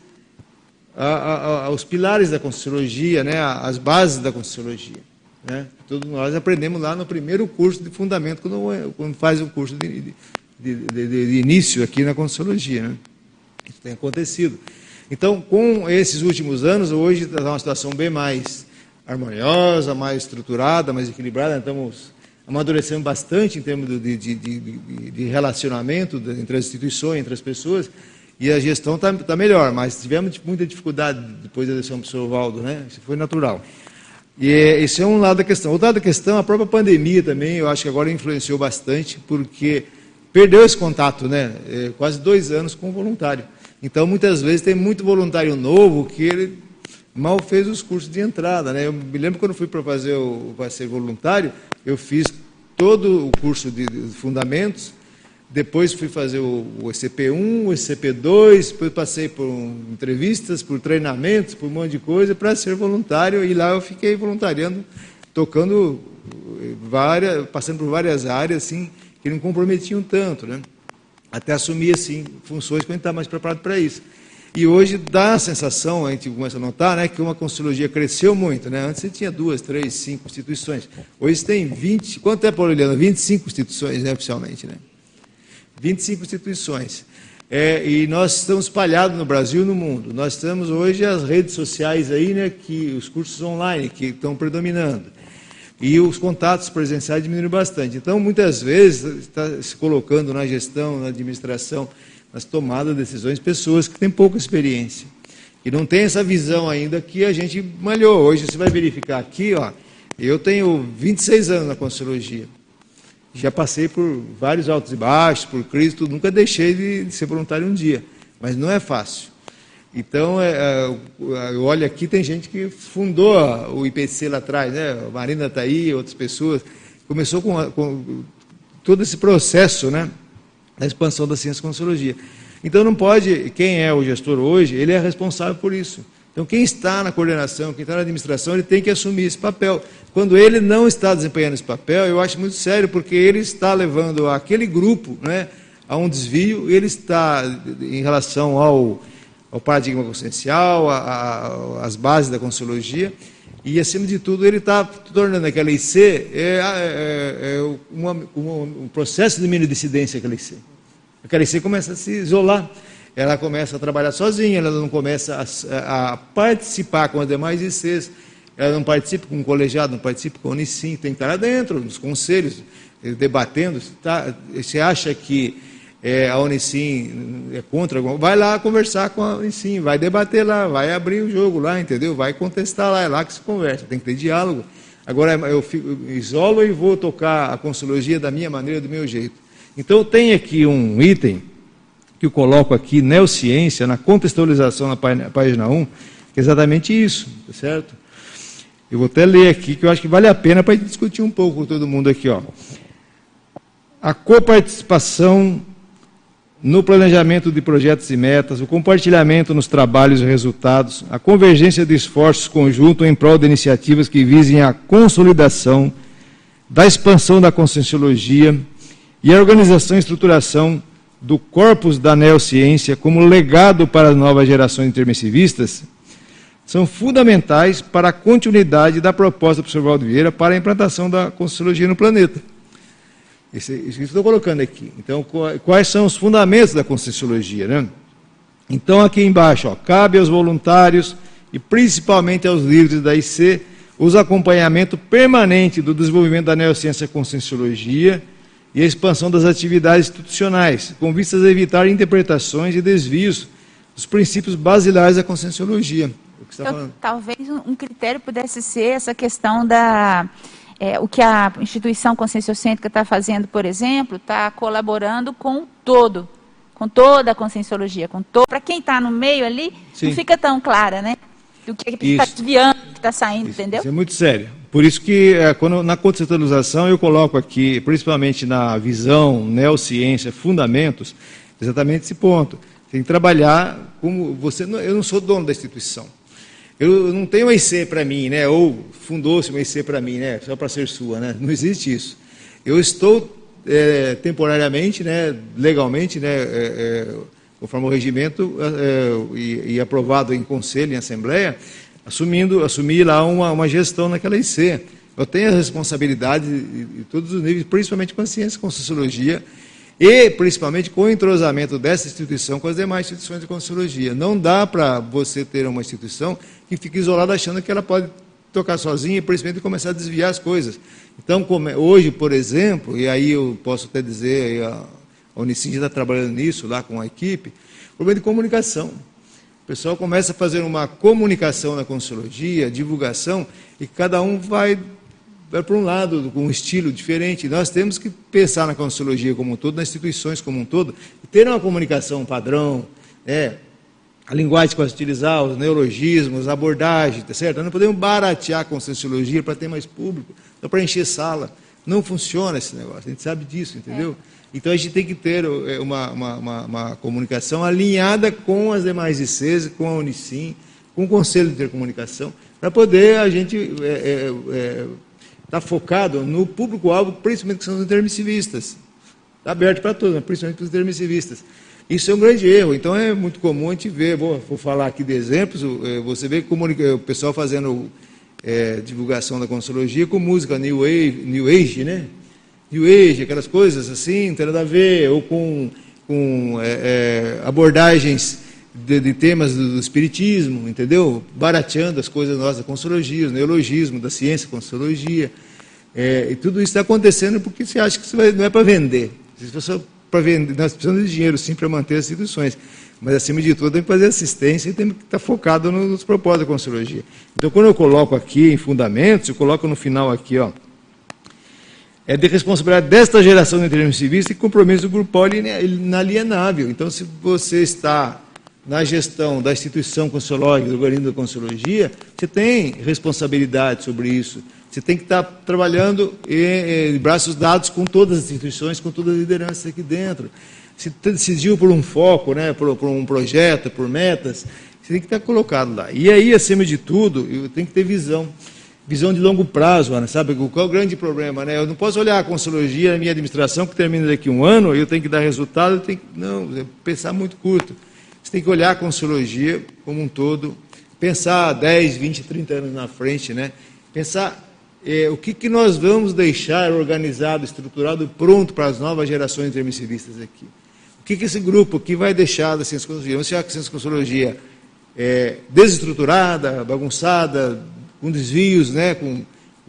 os pilares da conscienciologia, né? As bases da conscienciologia. Né? Todos nós aprendemos lá no primeiro curso de fundamento, quando faz o curso de início aqui na conscienciologia. Né? Isso tem acontecido. Então, com esses últimos anos, hoje está uma situação bem mais harmoniosa, mais estruturada, mais equilibrada. Estamos amadurecendo bastante em termos de relacionamento entre as instituições, entre as pessoas, e a gestão está melhor, mas tivemos muita dificuldade depois da eleição do professor Valdo, né? Isso foi natural. E esse é um lado da questão. Outro lado da questão, a própria pandemia também, eu acho que agora influenciou bastante, porque perdeu esse contato, né? Quase 2 anos com o voluntário. Então, muitas vezes, tem muito voluntário novo que ele mal fez os cursos de entrada, né? Eu me lembro quando fui para ser voluntário, eu fiz todo o curso de fundamentos, depois fui fazer o ECP1, o ECP2, depois passei por entrevistas, por treinamentos, por um monte de coisa, para ser voluntário, e lá eu fiquei voluntariando, tocando passando por várias áreas, assim, que não comprometiam tanto, né? Até assumir, assim, funções que a gente está mais preparado para isso. E hoje dá a sensação, a gente começa a notar, né, que uma conscienciologia cresceu muito, né? Antes você tinha 2, 3, 5 instituições. Hoje tem 20, quanto é, Paulo Eliana? 25 instituições, né, oficialmente, né? 25 instituições. E nós estamos espalhados no Brasil e no mundo. Nós temos hoje as redes sociais aí, né, os cursos online que estão predominando. E os contatos presenciais diminuíram bastante. Então, muitas vezes, está se colocando na gestão, na administração, nas tomadas de decisões, pessoas que têm pouca experiência. E não tem essa visão ainda que a gente malhou. Hoje, você vai verificar aqui, ó, eu tenho 26 anos na conscienciologia. Já passei por vários altos e baixos, por crise, tudo. Nunca deixei de ser voluntário um dia. Mas não é fácil. Então, eu olho aqui, tem gente que fundou o IPC lá atrás, né? A Marina está aí, outras pessoas. Começou com todo esse processo, né, da expansão da ciência conscienciologia. Então, não pode, quem é o gestor hoje, ele é responsável por isso. Então, quem está na coordenação, quem está na administração, ele tem que assumir esse papel. Quando ele não está desempenhando esse papel, eu acho muito sério, porque ele está levando aquele grupo, né, a um desvio, ele está, em relação ao paradigma consciencial, às bases da conscienciologia, e, acima de tudo, ele está tornando aquela IC um processo de mini-dissidência, aquela IC. Aquela IC começa a se isolar, ela começa a trabalhar sozinha, ela não começa a participar com as demais ICs, ela não participa com o colegiado, não participa com a Unicim, tem que estar lá dentro, nos conselhos, debatendo. Você acha que a Unicim é contra alguma coisa? Vai lá conversar com a Unicim, vai debater lá, vai abrir o jogo lá, entendeu? Vai contestar lá, é lá que se conversa, tem que ter diálogo. Agora eu isolo e vou tocar a conscienciologia da minha maneira, do meu jeito. Então tem aqui um item que eu coloco aqui, neociência, na contextualização na página 1, que é exatamente isso, tá certo? Eu vou até ler aqui, que eu acho que vale a pena para a gente discutir um pouco com todo mundo aqui, ó. A coparticipação no planejamento de projetos e metas, o compartilhamento nos trabalhos e resultados, a convergência de esforços conjuntos em prol de iniciativas que visem a consolidação da expansão da conscienciologia e a organização e estruturação do corpus da neociência como legado para as novas gerações intermissivistas, são fundamentais para a continuidade da proposta do professor Valdo Vieira para a implantação da Conscienciologia no planeta. Isso que estou colocando aqui. Então, quais são os fundamentos da Conscienciologia, né? Então, aqui embaixo, ó, cabe aos voluntários e principalmente aos líderes da IC os acompanhamento permanente do desenvolvimento da neurociência Conscienciologia e a expansão das atividades institucionais, com vistas a evitar interpretações e desvios dos princípios basilares da Conscienciologia. Então, talvez um critério pudesse ser essa questão o que a instituição conscienciocêntrica está fazendo, por exemplo, está colaborando com todo, com toda a Conscienciologia, para quem está no meio ali, sim, não fica tão clara, né? Do que está desviando, o que está saindo, entendeu? Isso é muito sério. Por isso que, na conceitualização, eu coloco aqui, principalmente na visão, neociência, fundamentos, exatamente esse ponto. Tem que trabalhar como você... Eu não sou dono da instituição. Eu não tenho uma IC para mim, né? Ou fundou-se uma IC para mim, né? Só para ser sua, né? Não existe isso. Eu estou temporariamente, né? Legalmente, né? Conforme o regimento e aprovado em conselho, em assembleia, assumi lá uma gestão naquela IC. Eu tenho a responsabilidade de todos os níveis, principalmente com a ciência, com a sociologia, e principalmente com o entrosamento dessa instituição com as demais instituições de Conscienciologia. Não dá para você ter uma instituição que fique isolada achando que ela pode tocar sozinha e principalmente começar a desviar as coisas. Então, hoje, por exemplo, e aí eu posso até dizer, a Unicim está trabalhando nisso lá com a equipe, problema de comunicação. O pessoal começa a fazer uma comunicação na Conscienciologia, divulgação, e cada um vai para um lado, com um estilo diferente. Nós temos que pensar na Conscienciologia como um todo, nas instituições como um todo, e ter uma comunicação padrão, a linguagem que vai utilizar, os neologismos, a abordagem, tá certo? Nós não podemos baratear a Conscienciologia para ter mais público, só para encher sala. Não funciona esse negócio, a gente sabe disso, entendeu? Então a gente tem que ter uma comunicação alinhada com as demais ICs, com a Unicim, com o Conselho de Intercomunicação, para poder a gente estar focado no público-alvo, principalmente que são os intermissivistas. Está aberto para todos, mas principalmente para os intermissivistas. Isso é um grande erro, então é muito comum a gente ver, vou falar aqui de exemplos, você vê o pessoal fazendo divulgação da Conscienciologia com música New Age, né? New Age, aquelas coisas assim, não tem nada a ver, ou com abordagens de temas do espiritismo, entendeu? Barateando as coisas nossas da Conscienciologia, o neologismo da ciência, Conscienciologia, e tudo isso está acontecendo porque você acha que não é para vender. Se fosse para vender, nós precisamos de dinheiro sim para manter as instituições, mas acima de tudo tem que fazer assistência e tem que estar focado nos propósitos da Conscienciologia. Então, quando eu coloco aqui em fundamentos, eu coloco no final aqui, ó, é de responsabilidade desta geração de intermissivista e compromisso do grupo inalienável. Então, se você está na gestão da instituição consciológica, do organismo da Conscienciologia, você tem responsabilidade sobre isso. Você tem que estar trabalhando em braços dados com todas as instituições, com todas as lideranças aqui dentro. Se decidiu por um foco, né, por um projeto, por metas, você tem que estar colocado lá. E aí, acima de tudo, eu tenho que ter visão de longo prazo, Ana, sabe? Qual é o grande problema, né? Eu não posso olhar a Conscienciologia na minha administração, que termina daqui um ano, eu tenho que dar resultado, não, pensar muito curto. Você tem que olhar a Conscienciologia como um todo, pensar 10, 20, 30 anos na frente, né? Pensar o que nós vamos deixar organizado, estruturado, pronto para as novas gerações intermissivistas aqui. O que esse grupo aqui vai deixar da ciência conscienciologia? Vamos achar que a ciência conscienciologia desestruturada, bagunçada, com desvios, né, com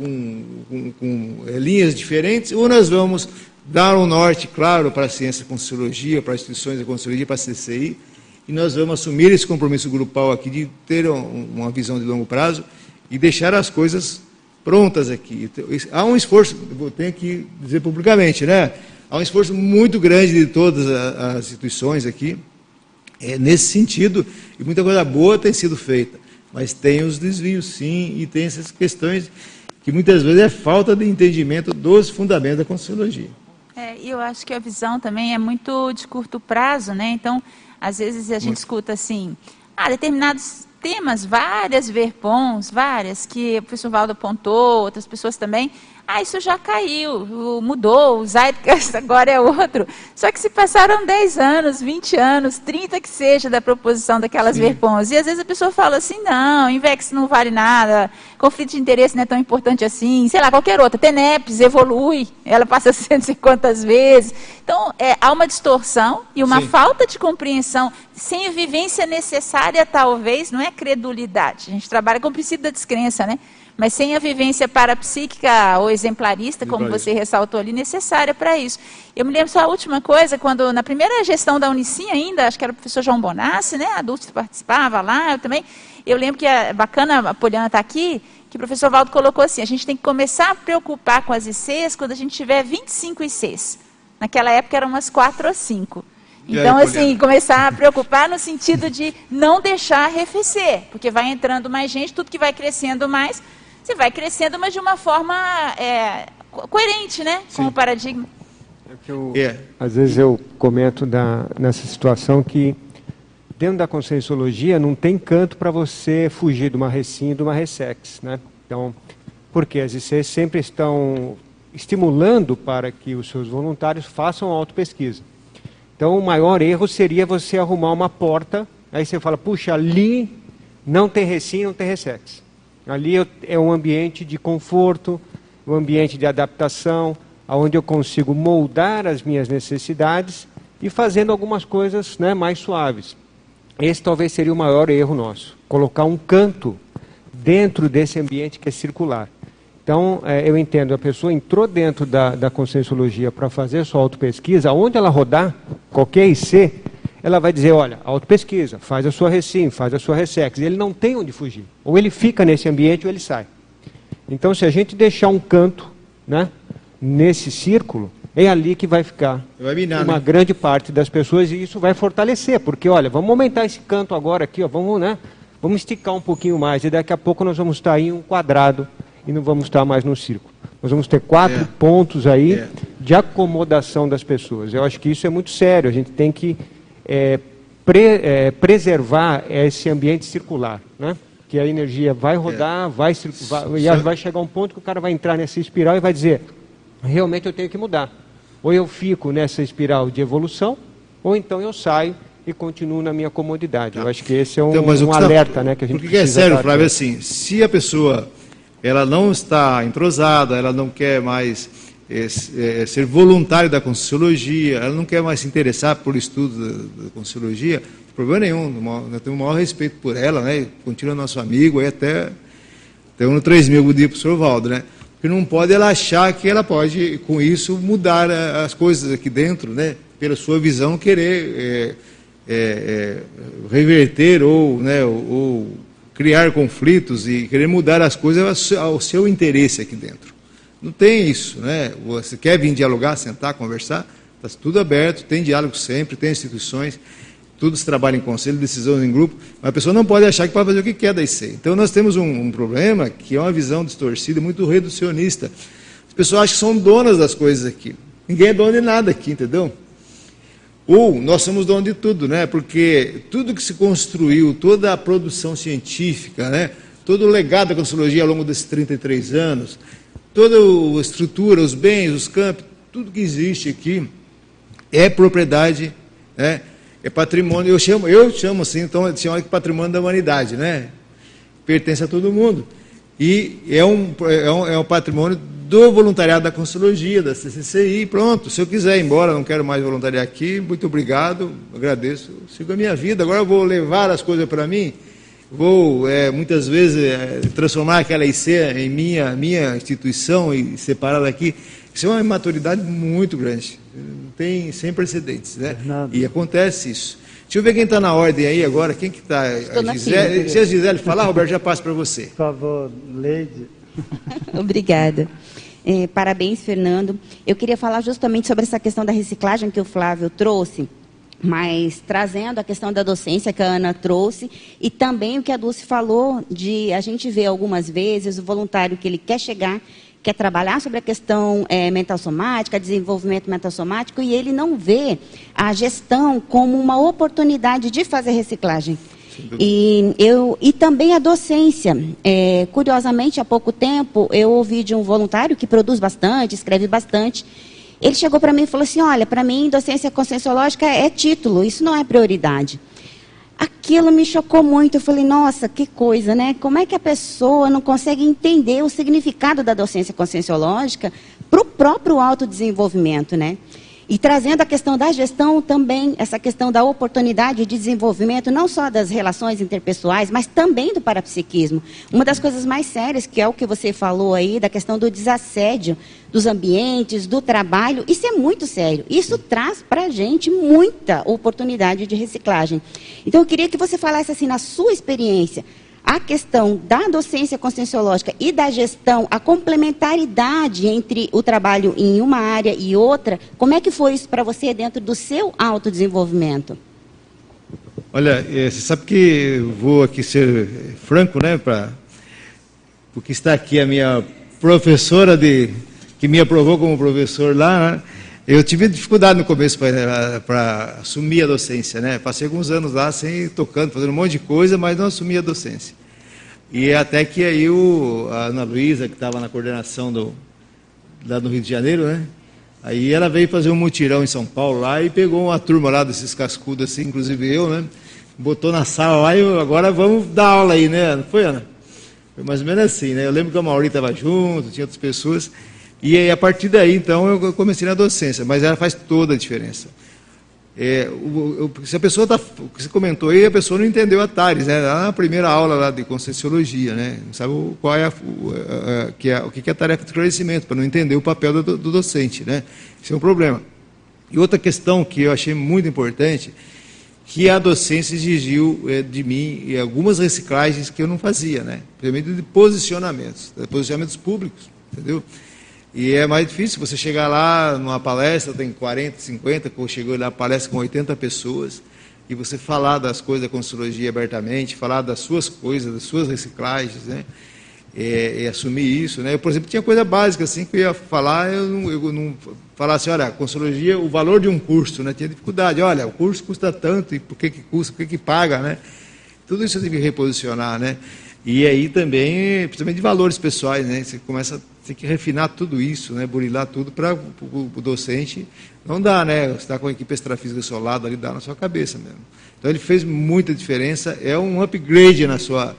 linhas diferentes, ou nós vamos dar um norte claro para a ciência conscienciologia, para as instituições da conscienciologia, para a CCI, e nós vamos assumir esse compromisso grupal aqui de ter uma visão de longo prazo e deixar as coisas prontas aqui. Há um esforço, eu tenho que dizer publicamente, né? Há um esforço muito grande de todas as instituições aqui, nesse sentido, e muita coisa boa tem sido feita, mas tem os desvios sim, e tem essas questões que muitas vezes é falta de entendimento dos fundamentos da Conscienciologia. E eu acho que a visão também é muito de curto prazo, né? Então, às vezes a gente escuta assim, determinados temas, várias verpons, várias, que o professor Valdo apontou, outras pessoas também. isso já caiu, mudou, o Zeitgeist agora é outro. Só que se passaram 10 anos, 20 anos, 30 que seja da proposição daquelas verpons. E às vezes a pessoa fala assim, não, Invex não vale nada, conflito de interesse não é tão importante assim, sei lá, qualquer outra. TENEPS evolui, ela passa 150 vezes. Então, há uma distorção e uma falta de compreensão, sem a vivência necessária, talvez, não é credulidade. A gente trabalha com o princípio da descrença, né? Mas sem a vivência parapsíquica ou exemplarista, como você ressaltou ali, necessária para isso. Eu me lembro só a última coisa, quando na primeira gestão da Unicim ainda, acho que era o professor João Bonassi, né? A Dulce participava lá, eu também. Eu lembro que é bacana, a Poliana está aqui, que o professor Valdo colocou assim, a gente tem que começar a preocupar com as ICs quando a gente tiver 25 ICs. Naquela época eram umas 4 ou 5. Então, assim, começar a preocupar no sentido de não deixar arrefecer, porque vai entrando mais gente, tudo que vai crescendo mais, você vai crescendo, mas de uma forma coerente, né, com o paradigma. Às vezes eu comento nessa situação que dentro da Conscienciologia não tem canto para você fugir de uma Recin e de uma Ressex, né? Então, porque as ICs sempre estão estimulando para que os seus voluntários façam autopesquisa. Então, o maior erro seria você arrumar uma porta, aí você fala, puxa, ali não tem Recin, não tem Ressex. Ali é um ambiente de conforto, um ambiente de adaptação, onde eu consigo moldar as minhas necessidades e fazendo algumas coisas, né, mais suaves. Esse talvez seria o maior erro nosso, colocar um canto dentro desse ambiente que é circular. Então, eu entendo, a pessoa entrou dentro da Conscienciologia para fazer sua autopesquisa, onde ela rodar, qualquer IC, ela vai dizer, olha, autopesquisa, faz a sua Recin, faz a sua Ressex, e ele não tem onde fugir. Ou ele fica nesse ambiente ou ele sai. Então, se a gente deixar um canto, né, nesse círculo, é ali que vai ficar uma grande parte das pessoas, e isso vai fortalecer, porque, olha, vamos aumentar esse canto agora aqui, ó, vamos esticar um pouquinho mais, e daqui a pouco nós vamos estar em um quadrado, e não vamos estar mais no círculo. Nós vamos ter 4 pontos aí de acomodação das pessoas. Eu acho que isso é muito sério, a gente tem que preservar esse ambiente circular, né? Que a energia vai rodar, vai chegar um ponto que o cara vai entrar nessa espiral e vai dizer, realmente eu tenho que mudar. Ou eu fico nessa espiral de evolução, ou então eu saio e continuo na minha comodidade. Eu acho que esse é um alerta, né, que a gente precisa. Porque é sério, Flávio, assim, se a pessoa ela não está entrosada, ela não quer mais ser voluntária da Conscienciologia, ela não quer mais se interessar por estudo da Conscienciologia, não tem problema nenhum, nós temos o maior respeito por ela, né, continua nosso amigo, aí até no 3.000 o dia para o Sr. Valdo, né, porque não pode ela achar que ela pode, com isso, mudar as coisas aqui dentro, né, pela sua visão, querer reverter ou criar conflitos e querer mudar as coisas ao seu interesse aqui dentro. Não tem isso, né? Você quer vir dialogar, sentar, conversar, está tudo aberto, tem diálogo sempre, tem instituições, tudo se trabalha em conselho, decisões em grupo, mas a pessoa não pode achar que pode fazer o que quer da IC. Então nós temos um problema que é uma visão distorcida, muito reducionista. As pessoas acham que são donas das coisas aqui. Ninguém é dono de nada aqui, entendeu? Ou nós somos donos de tudo, né? Porque tudo que se construiu, toda a produção científica, né? Todo o legado da Conscienciologia ao longo desses 33 anos, toda a estrutura, os bens, os campos, tudo que existe aqui é propriedade, né? É patrimônio. Eu chamo assim, então, de patrimônio da humanidade, né? Pertence a todo mundo. E é um patrimônio do voluntariado da Conscienciologia, da CCCI, pronto. Se eu quiser ir embora, não quero mais voluntariar aqui, muito obrigado, agradeço, sigo a minha vida. Agora eu vou levar as coisas para mim, vou muitas vezes transformar aquela IC em minha instituição e separá-la aqui. Isso é uma imaturidade muito grande, não tem, sem precedentes, né? E acontece isso. Deixa eu ver quem está na ordem aí agora, quem que está? Se a Gisele falar, Roberto, já passo para você. Por favor, Leide. Obrigada. Parabéns, Fernando. Eu queria falar justamente sobre essa questão da reciclagem que o Flávio trouxe, mas trazendo a questão da docência que a Ana trouxe e também o que a Dulce falou de a gente ver algumas vezes o voluntário que ele quer chegar, quer trabalhar sobre a questão mental somática, desenvolvimento mental somático, e ele não vê a gestão como uma oportunidade de fazer reciclagem. E também a docência. Curiosamente, há pouco tempo, eu ouvi de um voluntário que produz bastante, escreve bastante. Ele chegou para mim e falou assim, olha, para mim, docência conscienciológica é título, isso não é prioridade. Aquilo me chocou muito. Eu falei, nossa, que coisa, né? Como é que a pessoa não consegue entender o significado da docência conscienciológica para o próprio autodesenvolvimento, né? E trazendo a questão da gestão também, essa questão da oportunidade de desenvolvimento, não só das relações interpessoais, mas também do parapsiquismo. Uma das coisas mais sérias, que é o que você falou aí, da questão do desassédio dos ambientes, do trabalho, isso é muito sério. Isso traz para a gente muita oportunidade de reciclagem. Então, eu queria que você falasse assim, na sua experiência, a questão da docência conscienciológica e da gestão, a complementaridade entre o trabalho em uma área e outra, como é que foi isso para você dentro do seu autodesenvolvimento? Olha, você sabe que eu vou aqui ser franco, né, porque está aqui a minha professora que me aprovou como professor lá, né? Eu tive dificuldade no começo para assumir a docência, né? Passei alguns anos lá tocando, fazendo um monte de coisa, mas não assumi a docência. E até que aí a Ana Luísa, que estava na coordenação lá no Rio de Janeiro, né? Aí ela veio fazer um mutirão em São Paulo lá e pegou uma turma lá desses cascudos assim, inclusive eu, né? Botou na sala lá e agora vamos dar aula aí, né? Não foi, Ana? Foi mais ou menos assim, né? Eu lembro que a Mauri estava junto, tinha outras pessoas. E aí, a partir daí, então, eu comecei na docência, mas ela faz toda a diferença. Se a pessoa o que você comentou aí, a pessoa não entendeu a TARES, né? Lá na primeira aula lá de Conscienciologia, né? Não sabe qual é o que é a tarefa de esclarecimento, para não entender o papel do docente, né? Isso é um problema. E outra questão que eu achei muito importante, que a docência exigiu de mim algumas reciclagens que eu não fazia, né? Primeiro de posicionamentos públicos, entendeu? E é mais difícil você chegar lá numa palestra, tem 40, 50, chegou lá, palestra com 80 pessoas, e você falar das coisas da Conscienciologia abertamente, falar das suas coisas, das suas reciclagens, né? E assumir isso, né? Eu, por exemplo, tinha coisa básica assim que eu ia falar, eu não falasse, olha, a Conscienciologia, o valor de um curso, né? Tinha dificuldade, olha, o curso custa tanto, e por que custa, por que paga, né? Tudo isso eu tive que reposicionar, né? E aí também, principalmente de valores pessoais, né? Você tem que refinar tudo isso, né? Burilar tudo para o docente. Não dá, né? Você está com a equipe extrafísica do seu lado ali, dá na sua cabeça mesmo. Então ele fez muita diferença, é um upgrade na sua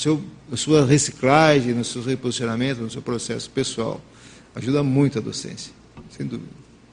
reciclagem, nos seus reposicionamentos, no seu processo pessoal. Ajuda muito a docência, sem dúvida.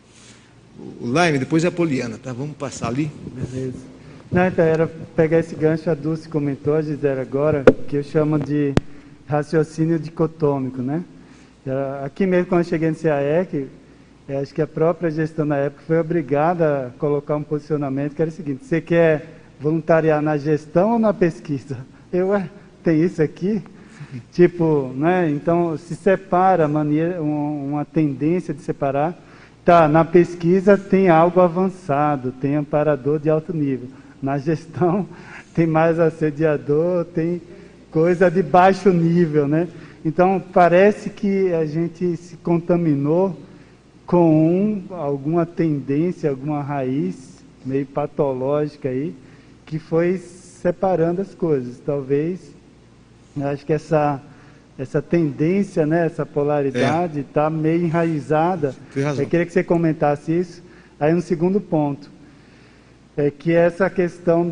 O Laime, depois é a Poliana, tá? Vamos passar ali? Beleza. Não, então era pegar esse gancho, a Dulce comentou, a Gisele agora, que eu chamo de raciocínio dicotômico, né? Aqui mesmo, quando eu cheguei no CAEC, acho que a própria gestão na época foi obrigada a colocar um posicionamento que era o seguinte: você quer voluntariar na gestão ou na pesquisa? Tem isso aqui? Tipo, né? Então, se separa uma tendência de separar. Tá, na pesquisa tem algo avançado, tem amparador de alto nível. Na gestão tem mais assediador, tem coisa de baixo nível, né? Então, parece que a gente se contaminou com alguma tendência, alguma raiz meio patológica aí, que foi separando as coisas. Talvez, acho que essa tendência, né, essa polaridade está meio enraizada. Eu queria que você comentasse isso. Aí, um segundo ponto, que é essa questão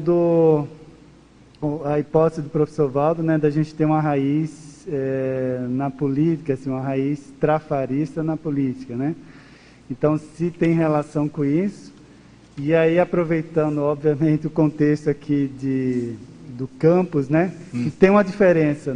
a hipótese do professor Valdo, né, da gente ter uma raiz na política, assim, uma raiz trafarista na política, né? Então, se tem relação com isso, e aí aproveitando, obviamente, o contexto aqui do campus, né, que tem uma diferença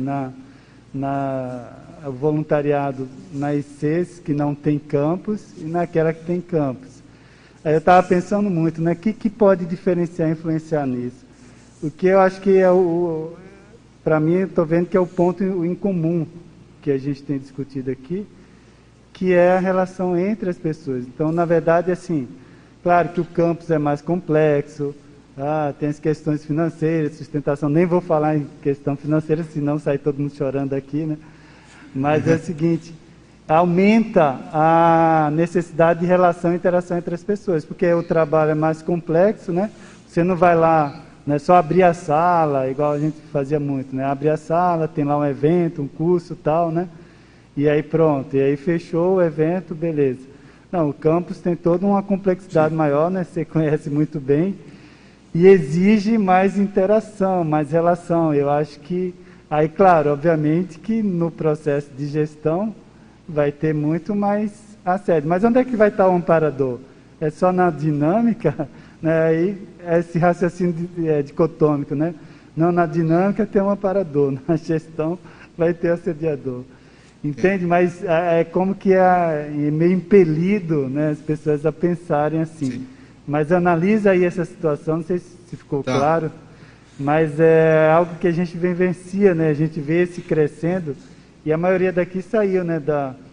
o voluntariado na ICES, que não tem campus, e naquela que tem campus. Aí eu estava pensando muito, né, o que pode diferenciar, influenciar nisso? O que eu acho que é para mim, estou vendo que é o ponto em comum que a gente tem discutido aqui, que é a relação entre as pessoas. Então, na verdade, assim, claro que o campus é mais complexo, tem as questões financeiras, sustentação, nem vou falar em questão financeira, senão sai todo mundo chorando aqui, né? Mas é o seguinte, aumenta a necessidade de relação e interação entre as pessoas, porque o trabalho é mais complexo, né? Você não vai lá não é só abrir a sala, igual a gente fazia muito, né? Abrir a sala, tem lá um evento, um curso, tal, né? E aí pronto, e aí fechou o evento, beleza. Não, o campus tem toda uma complexidade maior, né? Você conhece muito bem, e exige mais interação, mais relação. Eu acho que, aí claro, obviamente que no processo de gestão vai ter muito mais assédio. Mas onde é que vai estar o amparador? É só na dinâmica, né? Aí esse raciocínio dicotômico, né? Não, na dinâmica tem um amparador, na gestão vai ter assediador. Entende? Mas é como que é meio impelido, né, as pessoas a pensarem assim. Sim. Mas analisa aí essa situação, não sei se ficou claro, mas é algo que a gente vivencia, né? A gente vê esse crescendo, e a maioria daqui saiu, né,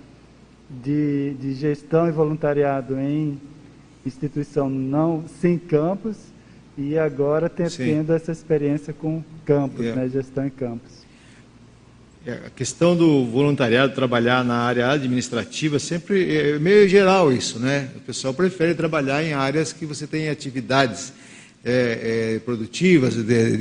de gestão e voluntariado em instituição não sem campus, e agora tendo essa experiência com campus, né, gestão em campus. A questão do voluntariado, trabalhar na área administrativa, sempre é meio geral isso, né? O pessoal prefere trabalhar em áreas que você tem atividades produtivas,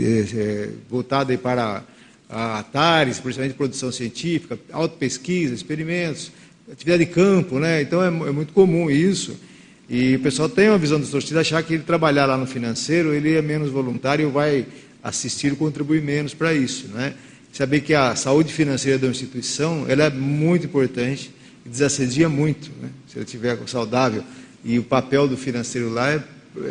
voltadas para ATARES, principalmente produção científica, autopesquisa, experimentos, atividade de campo, né? Então é muito comum isso. E o pessoal tem uma visão distorcida, achar que ele trabalhar lá no financeiro, ele é menos voluntário, vai assistir, contribuir menos para isso, né? Saber que a saúde financeira da instituição, ela é muito importante e desassedia muito, né? Se ele estiver saudável. E o papel do financeiro lá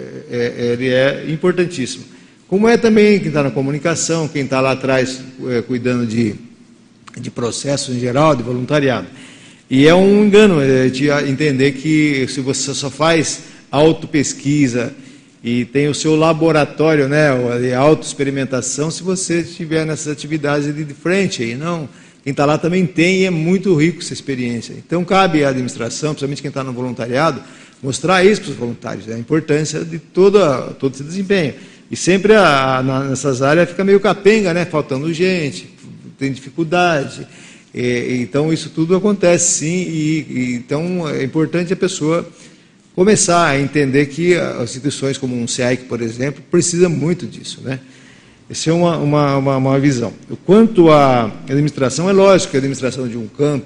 ele é importantíssimo. Como é também quem está na comunicação, quem está lá atrás cuidando de processos em geral, de voluntariado. E é um engano de entender que se você só faz autopesquisa e tem o seu laboratório, né, de autoexperimentação, se você estiver nessas atividades de frente aí, não. Quem está lá também tem, e é muito rico essa experiência. Então cabe à administração, principalmente quem está no voluntariado, mostrar isso para os voluntários, né, a importância de todo esse desempenho. E sempre nessas áreas fica meio capenga, né, faltando gente, tem dificuldade. Então isso tudo acontece sim, então é importante a pessoa começar a entender que as instituições como um SEAIC, por exemplo, precisa muito disso, né? Essa é uma visão. Quanto à administração, é lógico que a administração de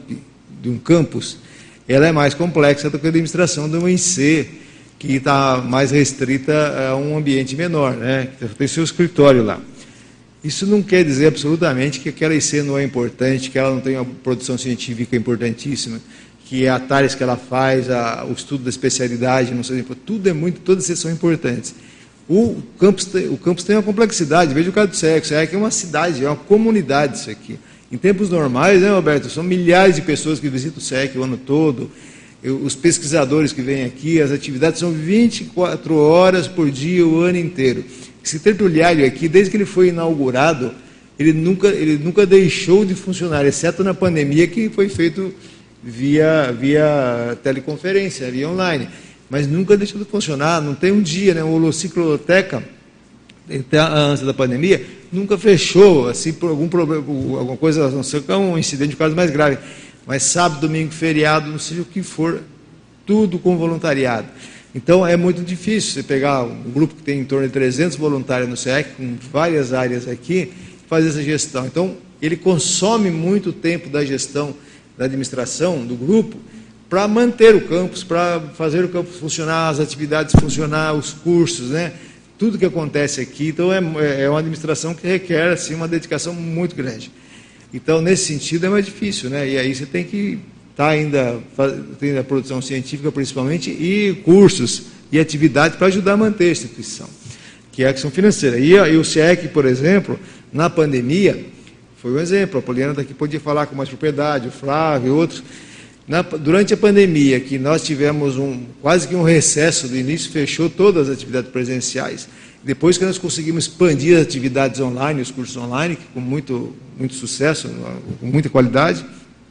um campus, ela é mais complexa do que a administração de uma IC, que está mais restrita a um ambiente menor, né? Tem seu escritório lá. Isso não quer dizer absolutamente que aquela IC não é importante, que ela não tem uma produção científica importantíssima, que a ATARES que ela faz, o estudo da especialidade, não sei, todas essas são importantes. O campus tem uma complexidade, veja o caso do SEAIC. O SEAIC é uma cidade, é uma comunidade isso aqui. Em tempos normais, né, Roberto, são milhares de pessoas que visitam o SEAIC o ano todo, os pesquisadores que vêm aqui, as atividades são 24 horas por dia, o ano inteiro. Esse tertuliário aqui, desde que ele foi inaugurado, ele nunca deixou de funcionar, exceto na pandemia, que foi feito via teleconferência, via online, mas nunca deixou de funcionar. Não tem um dia, né? O Holocicloteca, antes da pandemia, nunca fechou, assim, por algum problema, alguma coisa, não sei, um incidente de caso mais grave, mas sábado, domingo, feriado, não sei o que for, tudo com voluntariado. Então é muito difícil você pegar um grupo que tem em torno de 300 voluntários no SEAIC, com várias áreas aqui, fazer essa gestão. Então ele consome muito tempo da gestão, da administração, do grupo, para manter o campus, para fazer o campus funcionar, as atividades funcionar, os cursos, né? Tudo que acontece aqui. Então é uma administração que requer assim, uma dedicação muito grande. Então nesse sentido é mais difícil, né? E aí você tem que estar ainda tendo a produção científica principalmente e cursos e atividades para ajudar a manter a instituição, que é a questão financeira. E o SEAIC, por exemplo, na pandemia, foi um exemplo. A Poliana daqui podia falar com mais propriedade, o Flávio e outros. Durante a pandemia, que nós tivemos quase que um recesso do início, fechou todas as atividades presenciais. Depois que nós conseguimos expandir as atividades online, os cursos online, com muito sucesso, com muita qualidade,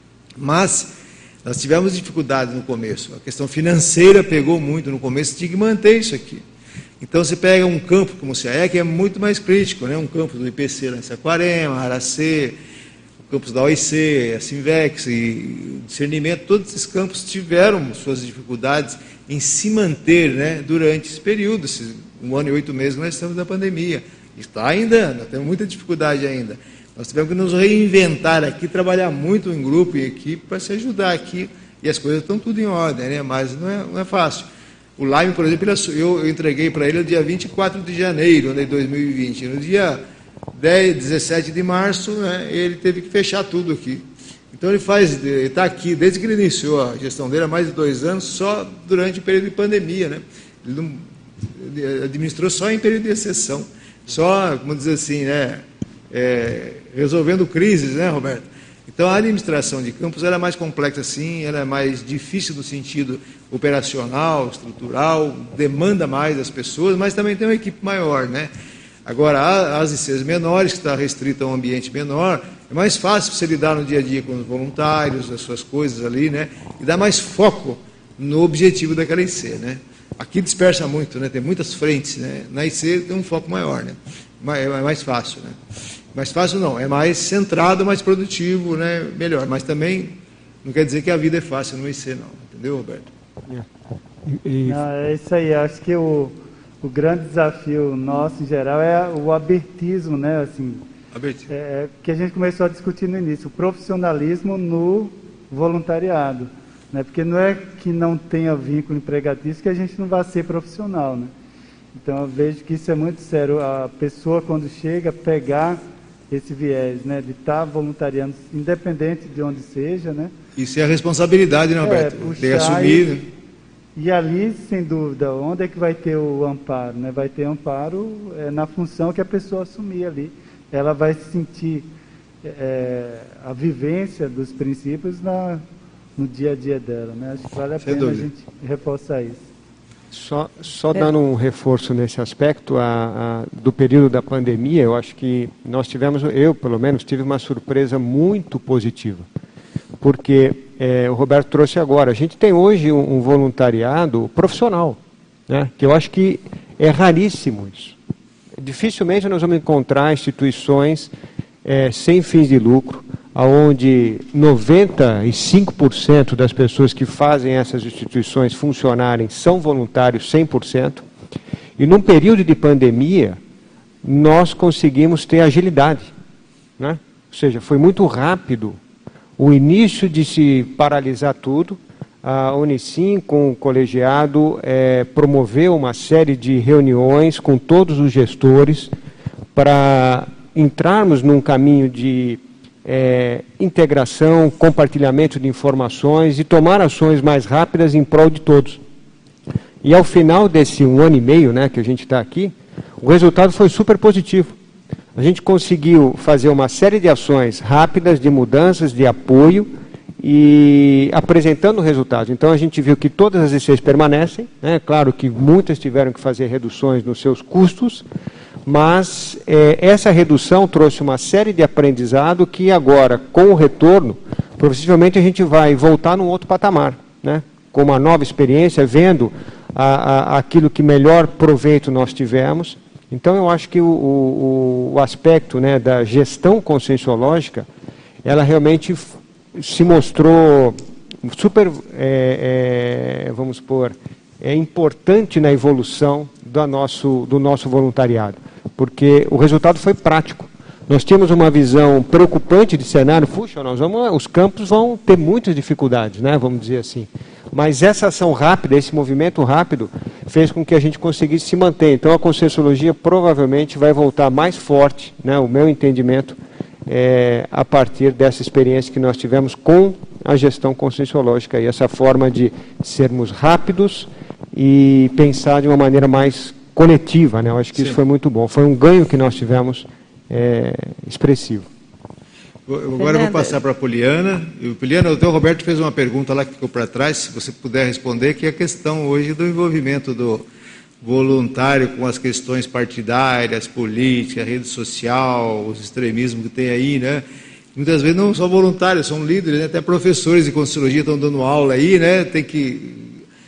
mas nós tivemos dificuldades no começo. A questão financeira pegou muito no começo, tinha que manter isso aqui. Então você pega um campo como o SEAIC, que é muito mais crítico, né? Um campus do IPC lá em Saquarema, Aracê, o campus da OIC, a Sinvex e o discernimento, todos esses campos tiveram suas dificuldades em se manter, né, durante esse período, esses 1 ano e 8 meses que nós estamos na pandemia. Está ainda, nós temos muita dificuldade ainda. Nós tivemos que nos reinventar aqui, trabalhar muito em grupo e equipe para se ajudar aqui. E as coisas estão tudo em ordem, né? Mas não é fácil. O Lime, por exemplo, eu entreguei para ele no dia 24 de janeiro de 2020. No dia 17 de março, né, ele teve que fechar tudo aqui. Então ele está aqui, desde que ele iniciou a gestão dele, há mais de 2 anos, só durante o período de pandemia, né? Ele administrou só em período de exceção. Só, como dizer assim, né, resolvendo crises, né, Roberto? Então, a administração de campus ela é mais complexa, sim, ela é mais difícil no sentido operacional, estrutural, demanda mais das pessoas, mas também tem uma equipe maior, né? Agora, as ICs menores, que está restrita a um ambiente menor, é mais fácil você lidar no dia a dia com os voluntários, as suas coisas ali, né? E dar mais foco no objetivo daquela IC, né? Aqui dispersa muito, né? Tem muitas frentes, né? Na IC tem um foco maior, né? É mais fácil, né? Mais fácil não, é mais centrado, mais produtivo, né? Melhor. Mas também não quer dizer que a vida é fácil no IC, não. Entendeu, Roberto? Não, é isso aí. Acho que o grande desafio nosso, em geral, é o abertismo, né? Assim, que a gente começou a discutir no início, o profissionalismo no voluntariado. Né? Porque não é que não tenha vínculo empregatício que a gente não vai ser profissional, né? Então, eu vejo que isso é muito sério. A pessoa, quando chega, pegar esse viés, né, de estar voluntariando, independente de onde seja, né? Isso é a responsabilidade, né, Roberto? Tem que assumir, né? E ali, sem dúvida, onde é que vai ter o amparo? Né? Vai ter amparo na função que a pessoa assumir ali. Ela vai sentir a vivência dos princípios no dia a dia dela, né? Acho que vale a pena a gente reforçar isso. Só dando um reforço nesse aspecto, do período da pandemia, eu acho que nós tivemos, eu pelo menos, tive uma surpresa muito positiva. Porque o Roberto trouxe agora, a gente tem hoje um voluntariado profissional, né? Que eu acho que é raríssimo isso. Dificilmente nós vamos encontrar instituições sem fins de lucro, onde 95% das pessoas que fazem essas instituições funcionarem são voluntários 100%, e num período de pandemia, nós conseguimos ter agilidade, né? Ou seja, foi muito rápido o início de se paralisar tudo. A Unicim, com o colegiado, promoveu uma série de reuniões com todos os gestores para entrarmos num caminho de integração, compartilhamento de informações e tomar ações mais rápidas em prol de todos. E ao final desse 1 ano e meio, né, que a gente está aqui, o resultado foi super positivo. A gente conseguiu fazer uma série de ações rápidas, de mudanças, de apoio e apresentando resultados. Então a gente viu que todas as ICs permanecem, né? Claro que muitas tiveram que fazer reduções nos seus custos, mas essa redução trouxe uma série de aprendizado que agora, com o retorno, possivelmente a gente vai voltar num outro patamar, né? Com uma nova experiência, vendo aquilo que melhor proveito nós tivemos. Então eu acho que o aspecto, né, da gestão conscienciológica, ela realmente se mostrou super, vamos supor, importante na evolução do nosso voluntariado, porque o resultado foi prático. Nós tínhamos uma visão preocupante de cenário, puxa, os campos vão ter muitas dificuldades, né, vamos dizer assim. Mas essa ação rápida, esse movimento rápido, fez com que a gente conseguisse se manter. Então a Conscienciologia provavelmente vai voltar mais forte, né, o meu entendimento, a partir dessa experiência que nós tivemos com a gestão conscienciológica e essa forma de sermos rápidos e pensar de uma maneira mais coletiva, né? Eu acho que isso foi muito bom. Foi um ganho que nós tivemos expressivo. Agora eu vou passar para a Poliana. Poliana, o teu Roberto fez uma pergunta lá que ficou para trás, se você puder responder, que é a questão hoje do envolvimento do voluntário com as questões partidárias, políticas, rede social, os extremismos que tem aí, né? Muitas vezes não só voluntários, são líderes, né? Até professores de Conscienciologia estão dando aula aí, né? Tem que...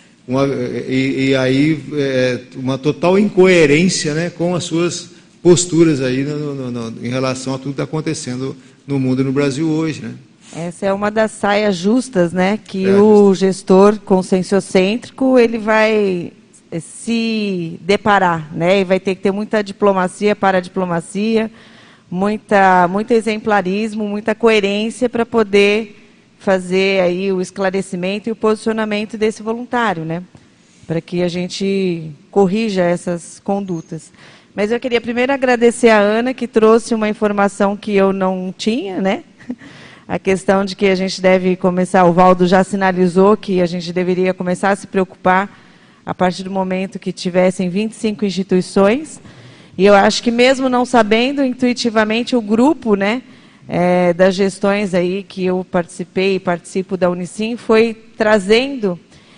aí uma total incoerência, né, com as suas posturas aí em relação a tudo que está acontecendo no mundo e no Brasil hoje, né? Essa é uma das saias justas, né, que o gestor conscienciocêntrico ele vai se deparar, né? E vai ter que ter muita diplomacia, paradiplomacia, muito exemplarismo, muita coerência para poder fazer aí o esclarecimento e o posicionamento desse voluntário, né? Para que a gente corrija essas condutas. Mas eu queria primeiro agradecer a Ana, que trouxe uma informação que eu não tinha, né? A questão de que a gente deve começar, o Valdo já sinalizou que a gente deveria começar a se preocupar a partir do momento que tivessem 25 instituições. E eu acho que mesmo não sabendo, intuitivamente, o grupo, né, das gestões aí que eu participei e participo da Unicim, foi trazendo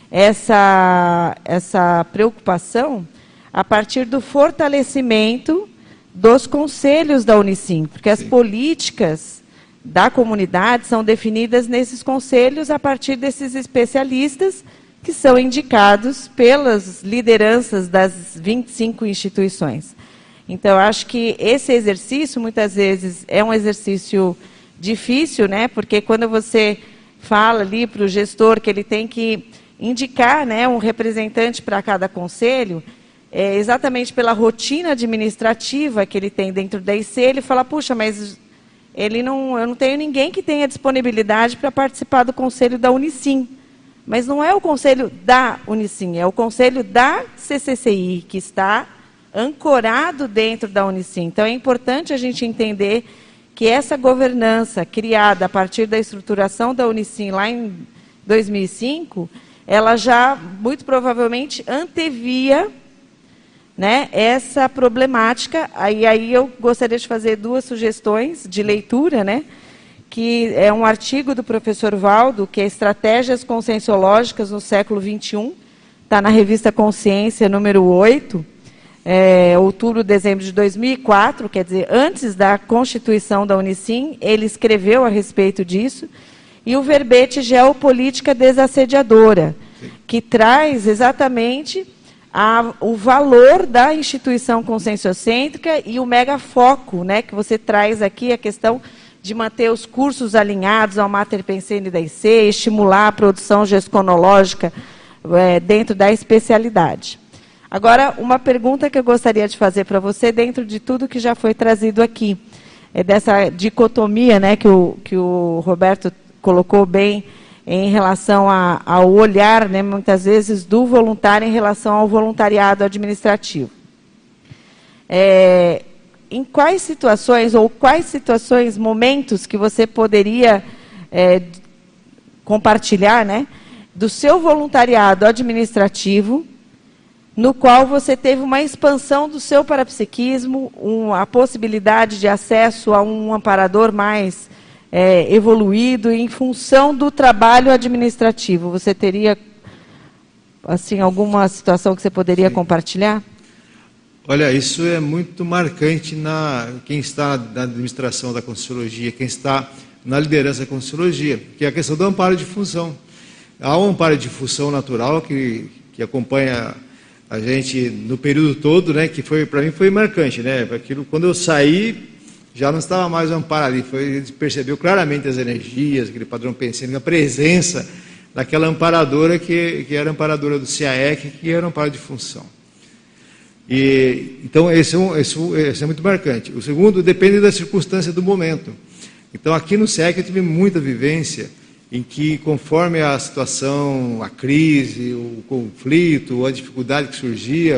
essa preocupação a partir do fortalecimento dos conselhos da Unicim, porque as políticas da comunidade são definidas nesses conselhos a partir desses especialistas que são indicados pelas lideranças das 25 instituições. Então, eu acho que esse exercício, muitas vezes, é um exercício difícil, né? Porque quando você fala ali para o gestor que ele tem que indicar, né, um representante para cada conselho, exatamente pela rotina administrativa que ele tem dentro da IC, ele fala, puxa, mas eu não tenho ninguém que tenha disponibilidade para participar do conselho da Unicim. Mas não é o conselho da Unicim, é o conselho da CCCI, que está ancorado dentro da Unicim. Então, é importante a gente entender que essa governança criada a partir da estruturação da Unicim lá em 2005, ela já, muito provavelmente, antevia, né, essa problemática. Aí eu gostaria de fazer 2 sugestões de leitura, né, que é um artigo do professor Valdo, que é Estratégias Conscienciológicas no século XXI, está na revista Consciência, número 8, outubro, dezembro de 2004, quer dizer, antes da constituição da Unicim, ele escreveu a respeito disso, e o verbete Geopolítica Desassediadora, que traz exatamente o valor da instituição conscienciocêntrica e o megafoco, né, que você traz aqui, a questão de manter os cursos alinhados ao Mater Pensene da IC, estimular a produção gesconológica dentro da especialidade. Agora, uma pergunta que eu gostaria de fazer para você, dentro de tudo que já foi trazido aqui, dessa dicotomia, né, que o Roberto colocou bem em relação ao olhar, né, muitas vezes, do voluntário em relação ao voluntariado administrativo. Em quais situações, momentos que você poderia compartilhar, né, do seu voluntariado administrativo, no qual você teve uma expansão do seu parapsiquismo, a possibilidade de acesso a um amparador mais evoluído em função do trabalho administrativo? Você teria, assim, alguma situação que você poderia compartilhar? Olha, isso é muito marcante quem está na administração da Conscienciologia, quem está na liderança da Conscienciologia, que é a questão do amparo de função. Há um amparo de função natural que acompanha a gente no período todo, né, que para mim foi marcante, né? Aquilo, quando eu saí, já não estava mais o amparo ali, a gente percebeu claramente as energias, aquele padrão pensênico, a presença daquela amparadora que era amparadora do CAEC, que era um amparo de função. Então, esse é muito marcante. O segundo, depende da circunstância do momento. Então, aqui no CAEC eu tive muita vivência em que, conforme a situação, a crise, o conflito, a dificuldade que surgia,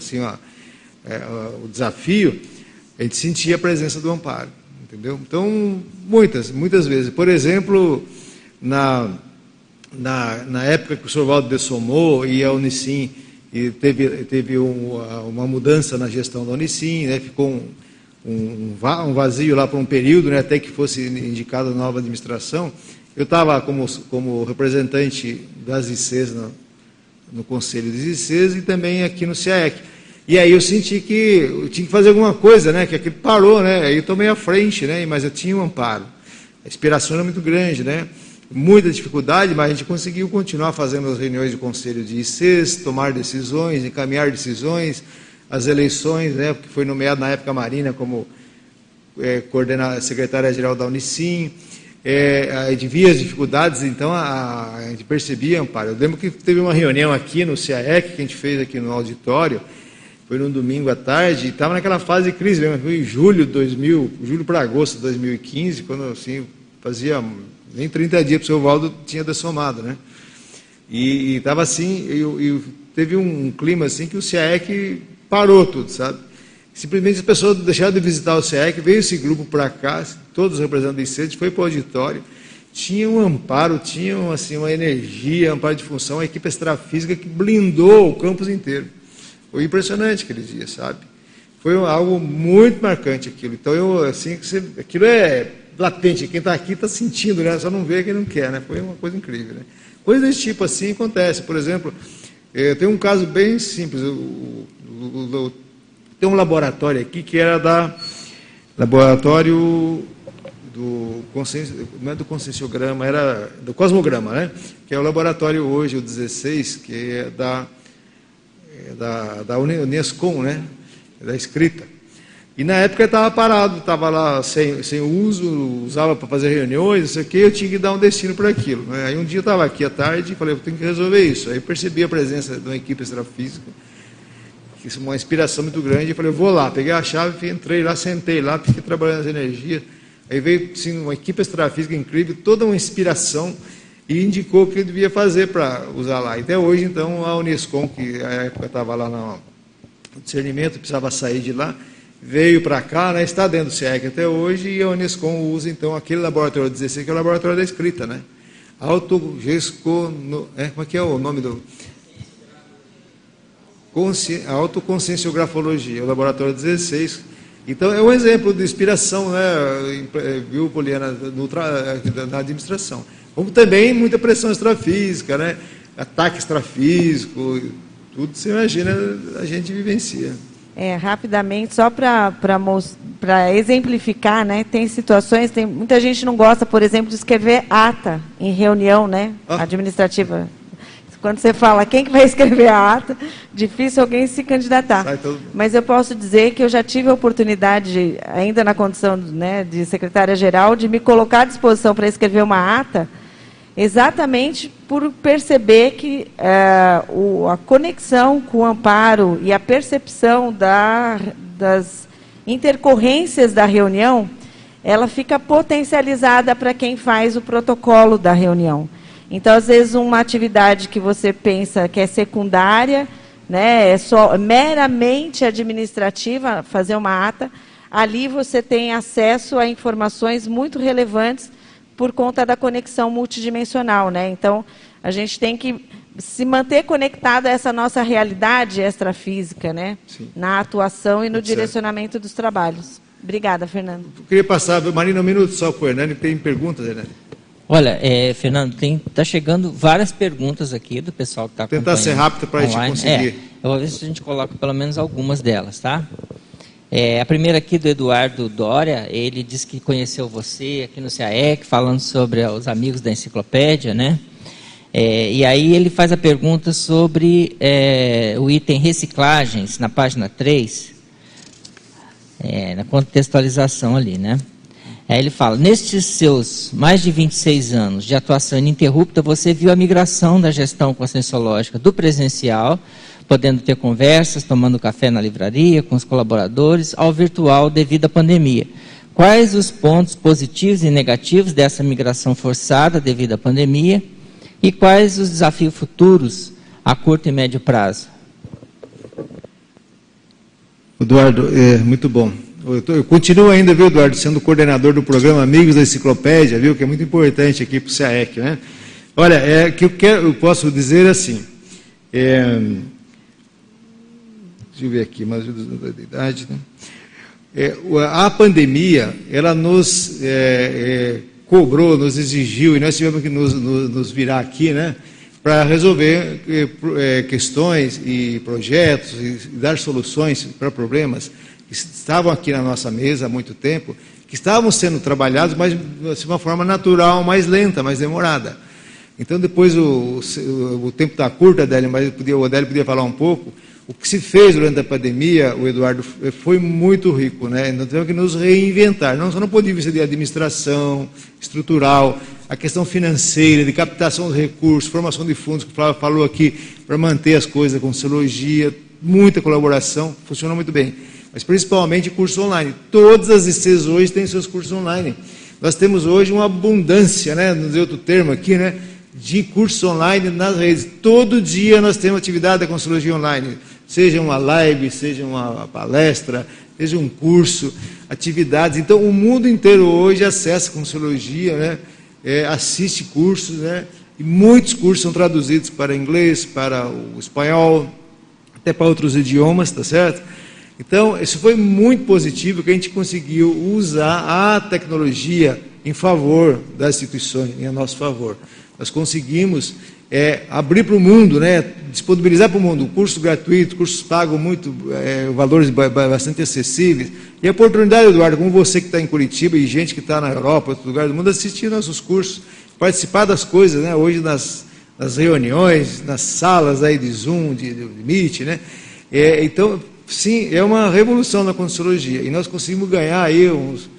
o desafio, a gente sentia a presença do amparo, entendeu? Então, muitas vezes. Por exemplo, na época que o Sr. Valdo dessomou e a Unicim teve uma mudança na gestão da Unicim, né, ficou um vazio lá por um período, né, até que fosse indicada a nova administração. Eu estava como representante das ICs no Conselho das ICs e também aqui no CAEC. E aí eu senti que eu tinha que fazer alguma coisa, né, que aquilo parou, né, aí eu tomei a frente, né, mas eu tinha um amparo. A inspiração era muito grande, né, muita dificuldade, mas a gente conseguiu continuar fazendo as reuniões de conselho de ICs, tomar decisões, encaminhar decisões, as eleições, né, porque foi nomeado na época a Marina como secretária-geral da Unicim. de via as dificuldades, então a gente percebia, Amparo. Eu lembro que teve uma reunião aqui no CAEC, que a gente fez aqui no auditório, foi num domingo à tarde, e estava naquela fase de crise, lembra? Foi em julho para agosto de 2015, quando assim, fazia nem 30 dias para o seu Valdo tinha dessomado, né? E estava assim, teve um clima assim que o CAEC parou tudo, sabe? Simplesmente as pessoas deixaram de visitar o CAEC, veio esse grupo para cá, todos os representantes do ICET, foi para o auditório, tinha um amparo, tinha assim, uma energia, amparo de função, a equipe extrafísica que blindou o campus inteiro. Foi impressionante aquele dia, sabe? Foi algo muito marcante aquilo. Então, aquilo é latente, quem está aqui está sentindo, né? Só não vê quem não quer, né? Foi uma coisa incrível, né? Coisas desse tipo assim acontece. Por exemplo, tem um caso bem simples. Tem um laboratório aqui que era laboratório do não é do conscienciograma, era do cosmograma, né? Que é o laboratório hoje, o 16, que é da Unescom, né? Da escrita. E na época estava parado, estava lá sem uso, usava para fazer reuniões, não sei o quê, eu tinha que dar um destino para aquilo, né? Aí um dia eu estava aqui à tarde e falei, eu tenho que resolver isso. Aí percebi a presença de uma equipe extrafísica, uma inspiração muito grande, e falei, eu vou lá, peguei a chave, entrei lá, sentei lá, fiquei trabalhando as energias. Aí veio assim, uma equipe extrafísica incrível, toda uma inspiração, e indicou o que eu devia fazer para usar lá. Até hoje, então, a Unescom, que na época estava lá no discernimento, precisava sair de lá, veio para cá, né, está dentro do CAEC até hoje, e a Unescom usa, então, aquele laboratório 16, que é o laboratório da escrita, né? Como é que é o nome do... Autoconscienciografologia, o laboratório 16. Então, é um exemplo de inspiração, né, viu, Poliana, na administração. Como também muita pressão extrafísica, né, ataque extrafísico, tudo você imagina, a gente vivencia. Rapidamente, só para exemplificar, né, tem situações, muita gente não gosta, por exemplo, de escrever ata em reunião, né, administrativa. Quando você fala quem que vai escrever a ata, difícil alguém se candidatar. Mas eu posso dizer que eu já tive a oportunidade, ainda na condição, né, de secretária-geral, de me colocar à disposição para escrever uma ata, exatamente por perceber que a conexão com o amparo e a percepção das intercorrências da reunião, ela fica potencializada para quem faz o protocolo da reunião. Então, às vezes, uma atividade que você pensa que é secundária, né, é só meramente administrativa, fazer uma ata, ali você tem acesso a informações muito relevantes por conta da conexão multidimensional, né? Então, a gente tem que se manter conectado a essa nossa realidade extrafísica, né? Sim. Na atuação e no direcionamento dos trabalhos. Obrigada, Fernando. Eu queria passar, Marina, um minuto só para o Hernani, tem perguntas, Hernani? Olha, Fernando, está chegando várias perguntas aqui do pessoal que está acompanhando. Tentar ser rápido para a gente conseguir. Eu vou ver se a gente coloca pelo menos algumas delas, tá? A primeira aqui do Eduardo Dória, ele disse que conheceu você aqui no CAEC, falando sobre os amigos da enciclopédia, né? E aí ele faz a pergunta sobre o item reciclagens, na página 3, na contextualização ali, né? Aí ele fala, nestes seus mais de 26 anos de atuação ininterrupta, você viu a migração da gestão conscienciológica do presencial, podendo ter conversas, tomando café na livraria, com os colaboradores, ao virtual devido à pandemia. Quais os pontos positivos e negativos dessa migração forçada devido à pandemia? E quais os desafios futuros a curto e médio prazo? Eduardo, muito bom. Eu continuo ainda, viu, Eduardo, sendo coordenador do programa Amigos da Enciclopédia, viu, que é muito importante aqui para o CAEC, né? Olha, que eu posso dizer assim, deixa eu ver aqui, mais da idade, né? A pandemia, ela nos cobrou, nos exigiu, e nós tivemos que nos virar aqui, né, para resolver questões e projetos, e dar soluções para problemas que estavam aqui na nossa mesa há muito tempo, que estavam sendo trabalhados, mas de uma forma natural, mais lenta, mais demorada. Então, depois o tempo está curto, Adélio, mas o Adélio podia falar um pouco. O que se fez durante a pandemia, o Eduardo, foi muito rico, né? Nós temos que nos reinventar, não só no ponto de vista de administração, estrutural, a questão financeira, de captação dos recursos, formação de fundos, que o Flávio falou aqui, para manter as coisas, com Conselhologia, muita colaboração, funciona muito bem. Mas principalmente cursos online. Todas as ICs hoje têm seus cursos online. Nós temos hoje uma abundância, né? Não dizer outro termo aqui, né? De cursos online nas redes. Todo dia nós temos atividade da Conselhologia online. Seja uma live, seja uma palestra, seja um curso, atividades. Então, o mundo inteiro hoje acessa a Conselhologia, né? Assiste cursos, né? E muitos cursos são traduzidos para inglês, para o espanhol, até para outros idiomas, tá certo? Então, isso foi muito positivo, que a gente conseguiu usar a tecnologia em favor das instituições, em nosso favor. Nós conseguimos abrir para o mundo, né, disponibilizar para o mundo cursos gratuitos, cursos pagos valores bastante acessíveis. E a oportunidade, Eduardo, como você que está em Curitiba e gente que está na Europa, em outro lugar do mundo, assistir nossos cursos, participar das coisas, né, hoje nas reuniões, nas salas aí de Zoom, de Meet, né? Então, sim, é uma revolução na Conselhologia. E nós conseguimos ganhar aí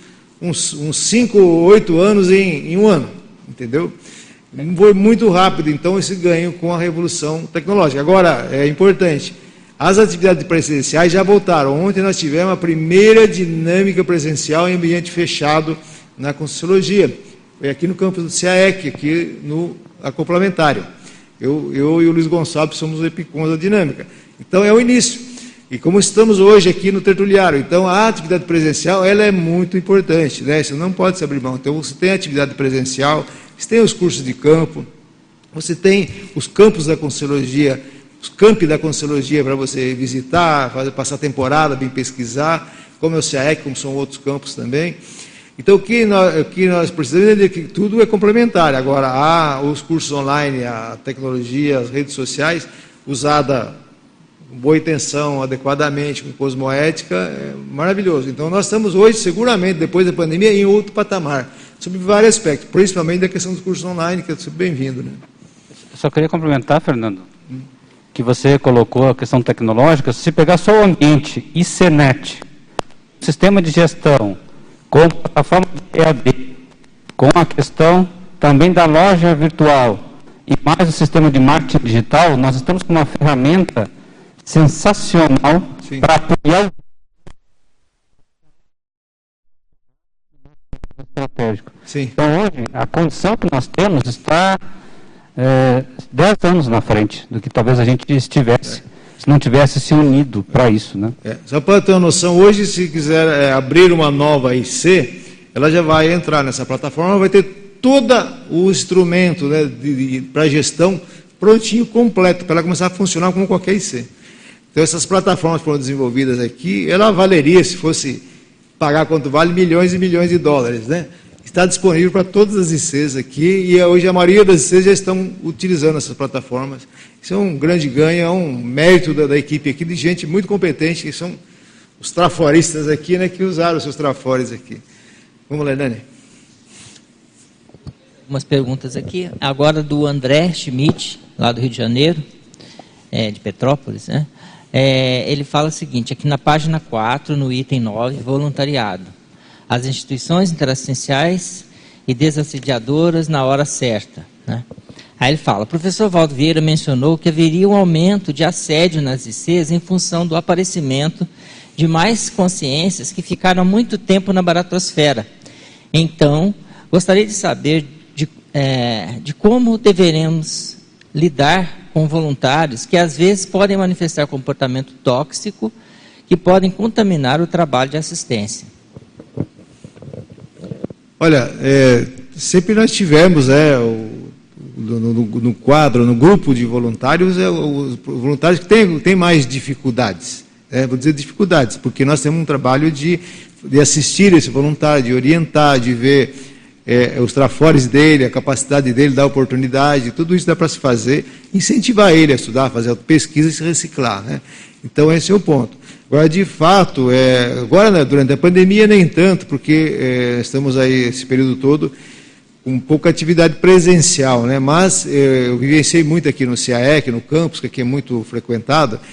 uns 5 ou 8 anos em um ano, entendeu? Foi muito rápido, então, esse ganho com a revolução tecnológica. Agora, é importante, as atividades presenciais já voltaram. Ontem nós tivemos a primeira dinâmica presencial em ambiente fechado na Conselhologia. Foi aqui no campus do CAEC, aqui no Complementário. Eu e o Luiz Gonçalves somos os epicons da dinâmica. Então, é o início. E como estamos hoje aqui no tertuliário, então a atividade presencial ela é muito importante, né? Você não pode se abrir mão. Então, você tem a atividade presencial, você tem os cursos de campo, você tem os campos da Conselhologia, os campi da Conselhologia para você visitar, passar temporada, bem pesquisar, como é o CAEC, como são outros campos também. Então, o que nós precisamos é que tudo é complementar. Agora, há os cursos online, a tecnologia, as redes sociais, usada com boa intenção, adequadamente, com cosmoética, é maravilhoso. Então, nós estamos hoje, seguramente, depois da pandemia, em outro patamar, sobre vários aspectos, principalmente da questão dos cursos online, que é super bem-vindo, né? Eu só queria complementar, Fernando, que você colocou a questão tecnológica. Se pegar só o ambiente ICNet, sistema de gestão, com a plataforma de EAD, com a questão também da loja virtual e mais o sistema de marketing digital, nós estamos com uma ferramenta sensacional para apoiar o estratégico. Sim. Então, hoje, a condição que nós temos está 10 anos na frente do que talvez a gente estivesse, se não tivesse se unido para isso, né? Só para ter uma noção, hoje, se quiser abrir uma nova IC, ela já vai entrar nessa plataforma, vai ter todo o instrumento, né, para gestão prontinho, completo, para ela começar a funcionar como qualquer IC. Então, essas plataformas foram desenvolvidas aqui, ela valeria, se fosse pagar quanto vale, milhões e milhões de dólares, né? Está disponível para todas as ICs aqui, e hoje a maioria das ICs já estão utilizando essas plataformas. Isso é um grande ganho, é um mérito da equipe aqui, de gente muito competente, que são os traforistas aqui, né, que usaram os seus trafores aqui. Vamos lá, Dani. Umas perguntas aqui, agora do André Schmidt, lá do Rio de Janeiro, de Petrópolis, né? Ele fala o seguinte, aqui na página 4, no item 9, voluntariado. As instituições interassistenciais e desassediadoras na hora certa, né? Aí ele fala, o professor Valdo Vieira mencionou que haveria um aumento de assédio nas ICs em função do aparecimento de mais consciências que ficaram muito tempo na baratosfera. Então, gostaria de saber de como deveremos lidar com voluntários que às vezes podem manifestar comportamento tóxico que podem contaminar o trabalho de assistência. Olha, sempre nós tivemos, no quadro, no grupo de voluntários, os voluntários que têm mais dificuldades. Vou dizer dificuldades, porque nós temos um trabalho de assistir esse voluntário, de orientar, de ver os trafores dele, a capacidade dele, dar oportunidade, tudo isso dá para se fazer, incentivar ele a estudar, fazer pesquisa e se reciclar, né? Então, esse é o ponto. Agora, de fato, agora, né, durante a pandemia, nem tanto, porque estamos aí, esse período todo, com pouca atividade presencial, né? Mas eu vivenciei muito aqui no CAEC, no campus, que aqui é muito frequentado,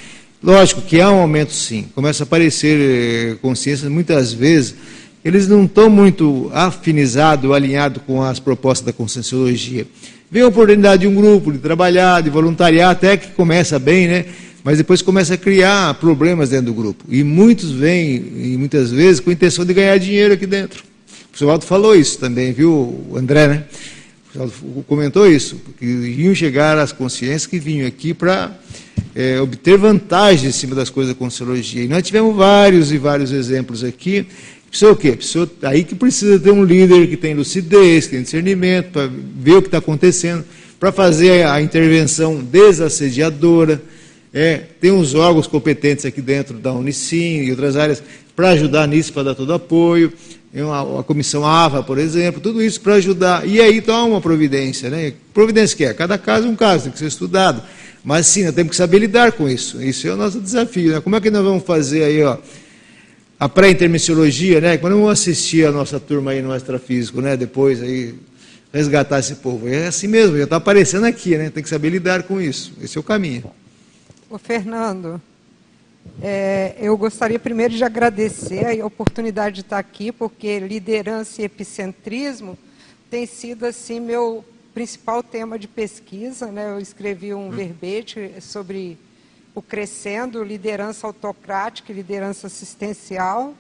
Lógico que há um aumento, sim. Começa a aparecer consciências, muitas vezes, eles não estão muito afinizados, alinhados com as propostas da Conscienciologia. Vem a oportunidade de um grupo, de trabalhar, de voluntariar, até que começa bem, né? Mas depois começa a criar problemas dentro do grupo. E muitos vêm, e muitas vezes, com a intenção de ganhar dinheiro aqui dentro. O professor Waldo falou isso também, viu, o André, né? O professor Waldo comentou isso, porque iam chegar as consciências que vinham aqui para obter vantagem em cima das coisas da Conscienciologia. E nós tivemos vários e vários exemplos aqui. Precisa o quê? Precisa, aí que precisa ter um líder que tem lucidez, que tem discernimento, para ver o que está acontecendo, para fazer a intervenção desassediadora. Tem uns órgãos competentes aqui dentro da Unicim e outras áreas para ajudar nisso, para dar todo apoio. A comissão AVA, por exemplo, tudo isso para ajudar. E aí toma uma providência, né? Providência que é? Cada caso é um caso, tem que ser estudado. Mas sim, nós temos que saber lidar com isso. Isso é o nosso desafio, né? Como é que nós vamos fazer aí, ó, a pré-intermissiologia, né? Quando vamos assistir a nossa turma aí no extrafísico, né? Depois aí resgatar esse povo. É assim mesmo, já está aparecendo aqui, né? Tem que saber lidar com isso. Esse é o caminho. Ô, Fernando, eu gostaria primeiro de agradecer a oportunidade de estar aqui, porque liderança e epicentrismo tem sido assim meu principal tema de pesquisa, né? Eu escrevi um verbete sobre o Crescendo, liderança autocrática e liderança assistencial.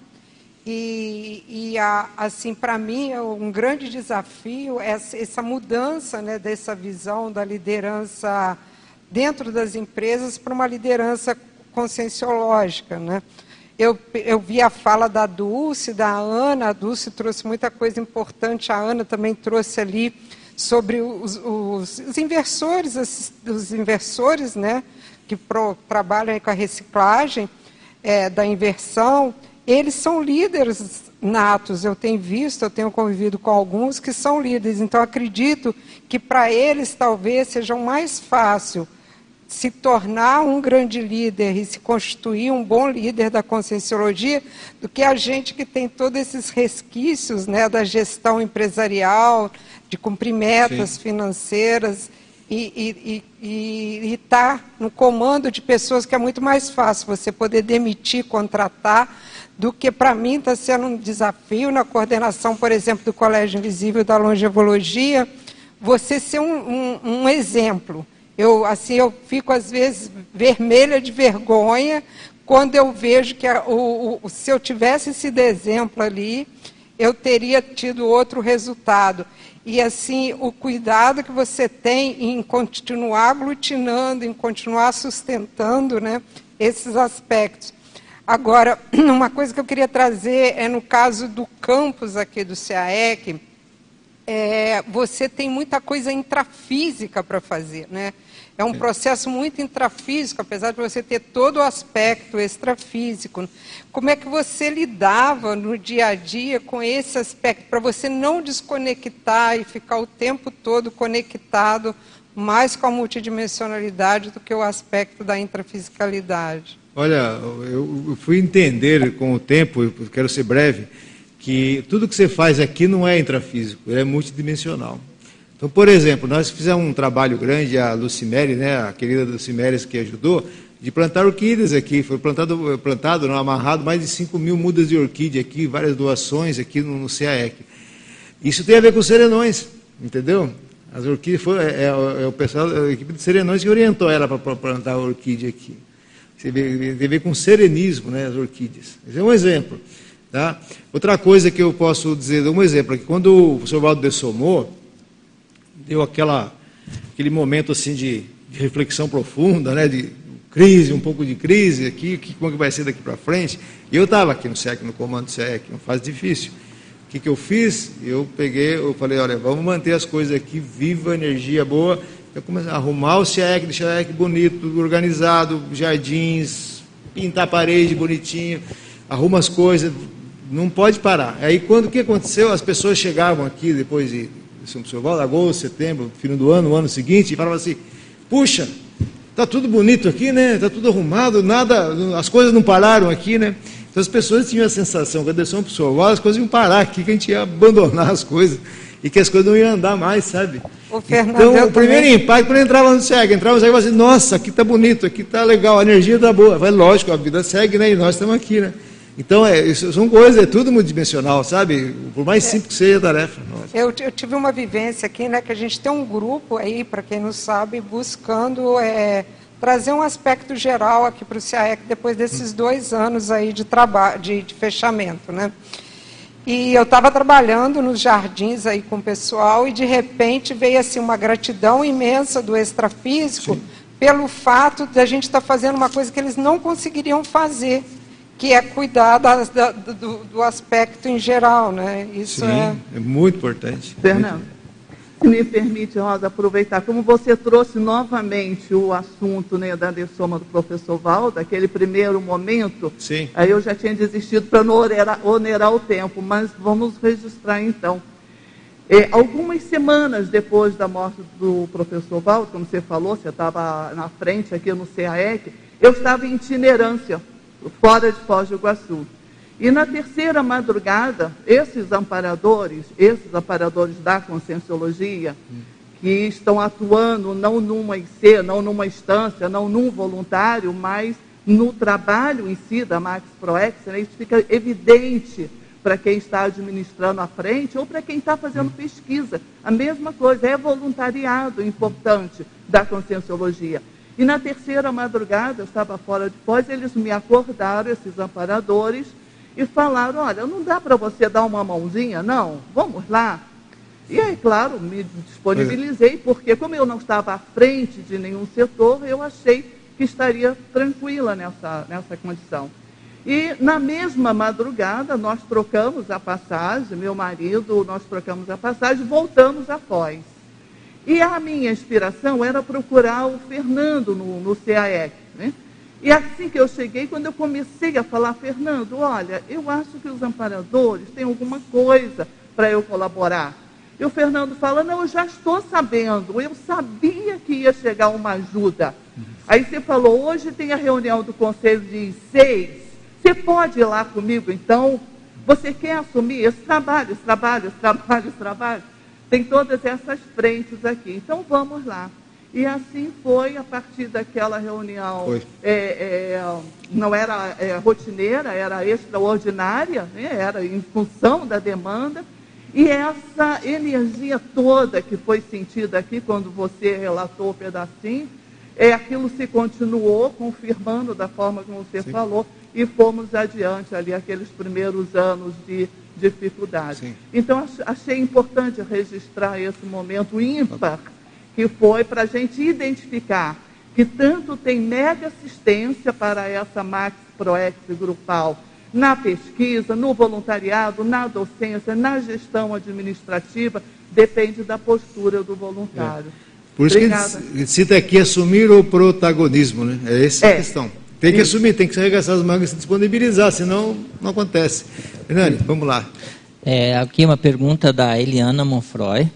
Assim, para mim, é um grande desafio essa mudança, né, dessa visão da liderança dentro das empresas para uma liderança conscienciológica, né? Eu vi a fala da Dulce, da Ana. A Dulce trouxe muita coisa importante, a Ana também trouxe ali sobre os inversores, os inversores, né, que trabalham com a reciclagem da inversão. Eles são líderes natos, eu tenho visto, eu tenho convivido com alguns que são líderes, então acredito que para eles talvez seja mais fácil se tornar um grande líder e se constituir um bom líder da Conscienciologia do que a gente que tem todos esses resquícios, né, da gestão empresarial, de cumprir metas financeiras e estar no comando de pessoas que é muito mais fácil você poder demitir, contratar, do que para mim está sendo um desafio na coordenação, por exemplo, do Colégio Invisível da Longevologia, você ser um exemplo. Eu fico, às vezes, vermelha de vergonha quando eu vejo que se eu tivesse sido exemplo ali, eu teria tido outro resultado. E, assim, o cuidado que você tem em continuar aglutinando, em continuar sustentando, né, esses aspectos. Agora, uma coisa que eu queria trazer no caso do campus aqui do CAEC, você tem muita coisa intrafísica para fazer, né? É um processo muito intrafísico, apesar de você ter todo o aspecto extrafísico. Como é que você lidava no dia a dia com esse aspecto, para você não desconectar e ficar o tempo todo conectado mais com a multidimensionalidade do que o aspecto da intrafisicalidade? Olha, eu fui entender com o tempo, eu quero ser breve, que tudo que você faz aqui não é intrafísico, é multidimensional. Então, por exemplo, nós fizemos um trabalho grande, a Lucimere, né, a querida Lucimere que ajudou, de plantar orquídeas aqui. Foi plantado não, amarrado mais de 5.000 mudas de orquídea aqui, várias doações aqui no CAEC. Isso tem a ver com os serenões, entendeu? As orquídeas, o pessoal, a equipe de serenões que orientou ela para plantar a orquídea aqui. Tem a ver com serenismo, né, as orquídeas. Esse é um exemplo. Tá? Outra coisa que eu posso dizer, um exemplo, é que quando o professor Waldo Dessomot deu aquele momento assim de reflexão profunda, né, de crise, um pouco de crise aqui, como que vai ser daqui para frente, e eu estava aqui no CAEC, no comando do CAEC, uma fase difícil. O que eu fiz? Eu falei, olha, vamos manter as coisas aqui, viva, energia boa. Eu comecei a arrumar o CAEC, deixar o CAEC bonito, organizado, jardins, pintar a parede bonitinho, arruma as coisas, não pode parar. Aí, o que aconteceu? As pessoas chegavam aqui, depois de São Paulo, agosto, setembro, fim do ano, o ano seguinte, e falavam assim, puxa, está tudo bonito aqui, né? Está tudo arrumado, nada, as coisas não pararam aqui, né? Então, as pessoas tinham a sensação, quando eles são pessoas, as coisas iam parar aqui, que a gente ia abandonar as coisas, e que as coisas não iam andar mais, sabe? Fernando, então, o primeiro impacto, quando eu entrava no SEG, eu falava assim, nossa, aqui está bonito, aqui está legal, a energia está boa. Vai, lógico, a vida segue, né? E nós estamos aqui, né? Então, isso são coisas, é tudo multidimensional, sabe? Por mais simples que seja a tarefa. Eu tive uma vivência aqui, né, que a gente tem um grupo aí, para quem não sabe, buscando trazer um aspecto geral aqui para o CAEC depois desses 2 anos aí de trabalho, de fechamento, né? E eu estava trabalhando nos jardins aí com o pessoal e, de repente, veio assim uma gratidão imensa do extrafísico pelo fato de a gente estar fazendo uma coisa que eles não conseguiriam fazer, que é cuidar do aspecto em geral, né? Isso é muito importante. Fernando, se me permite, Rosa, aproveitar, como você trouxe novamente o assunto, né, da dessoma do professor Valdo, aquele primeiro momento, sim, aí eu já tinha desistido para não onerar o tempo, mas vamos registrar então. Algumas semanas depois da morte do professor Valdo, como você falou, você estava na frente aqui no CAEC, eu estava em itinerância, fora de Foz do Iguaçu. E na terceira madrugada, esses amparadores da Conscienciologia, que estão atuando não numa IC, não numa instância, não num voluntário, mas no trabalho em si da Max ProEx, né, isso fica evidente para quem está administrando à frente ou para quem está fazendo pesquisa. A mesma coisa, é voluntariado importante da Conscienciologia. E na terceira madrugada, eu estava fora de Foz, eles me acordaram, esses amparadores, e falaram, olha, não dá para você dar uma mãozinha, não? Vamos lá. E aí, claro, me disponibilizei, porque como eu não estava à frente de nenhum setor, eu achei que estaria tranquila nessa condição. E na mesma madrugada, nós trocamos a passagem, meu marido, nós trocamos a passagem, voltamos a Foz. E a minha inspiração era procurar o Fernando no CAEC, né? E assim que eu cheguei, quando eu comecei a falar, Fernando, olha, eu acho que os amparadores têm alguma coisa para eu colaborar. E o Fernando fala, não, eu já estou sabendo, eu sabia que ia chegar uma ajuda. Aí você falou, hoje tem a reunião do Conselho de 6, você pode ir lá comigo, então? Você quer assumir esse trabalho? Tem todas essas frentes aqui, então vamos lá. E assim foi, a partir daquela reunião, não era rotineira, era extraordinária, né? Era em função da demanda, e essa energia toda que foi sentida aqui, quando você relatou o pedacinho, aquilo se continuou confirmando da forma como você falou, e fomos adiante ali, aqueles primeiros anos de dificuldade. Sim. Então, achei importante registrar esse momento ímpar, que foi para a gente identificar que tanto tem mega assistência para essa Max ProEx grupal na pesquisa, no voluntariado, na docência, na gestão administrativa, depende da postura do voluntário. Por isso Obrigada. Que ele cita aqui assumir o protagonismo, né? É essa a questão. Tem que assumir, tem que se arregaçar as mangas e se disponibilizar, senão não acontece. Hernani, vamos lá. Aqui uma pergunta da Eliana Monfroy.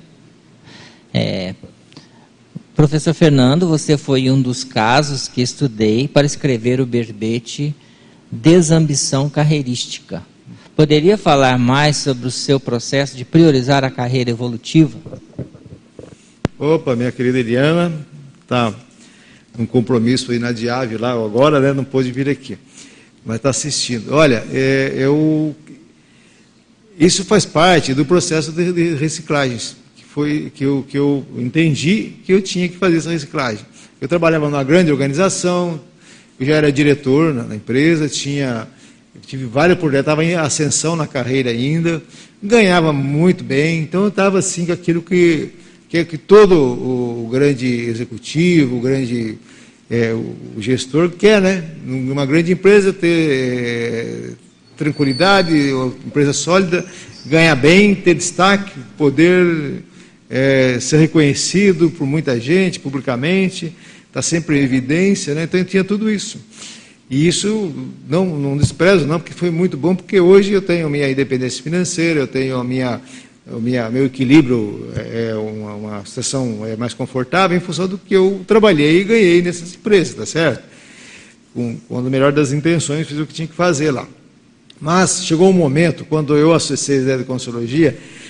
Professor Fernando, você foi um dos casos que estudei para escrever o verbete Desambição Carreirística. Poderia falar mais sobre o seu processo de priorizar a carreira evolutiva? Opa, minha querida Eliana, está um compromisso inadiável lá agora, né? Não pôde vir aqui, mas está assistindo. Olha, isso faz parte do processo de reciclagens, que eu entendi que eu tinha que fazer essa reciclagem. Eu trabalhava numa grande organização, eu já era diretor na empresa, tive vários projetos, estava em ascensão na carreira ainda, ganhava muito bem, então eu estava assim com aquilo que todo o grande executivo, o gestor quer, né? Numa grande empresa ter tranquilidade, uma empresa sólida, ganhar bem, ter destaque, poder ser reconhecido por muita gente, publicamente, está sempre em evidência, né? Então eu tinha tudo isso. E isso não desprezo, não, porque foi muito bom, porque hoje eu tenho a minha independência financeira, eu tenho meu equilíbrio, uma situação mais confortável em função do que eu trabalhei e ganhei nessas empresas, tá certo? Com a melhor das intenções, fiz o que tinha que fazer lá. Mas chegou um momento, quando eu acessei a ideia da Conscienciologia,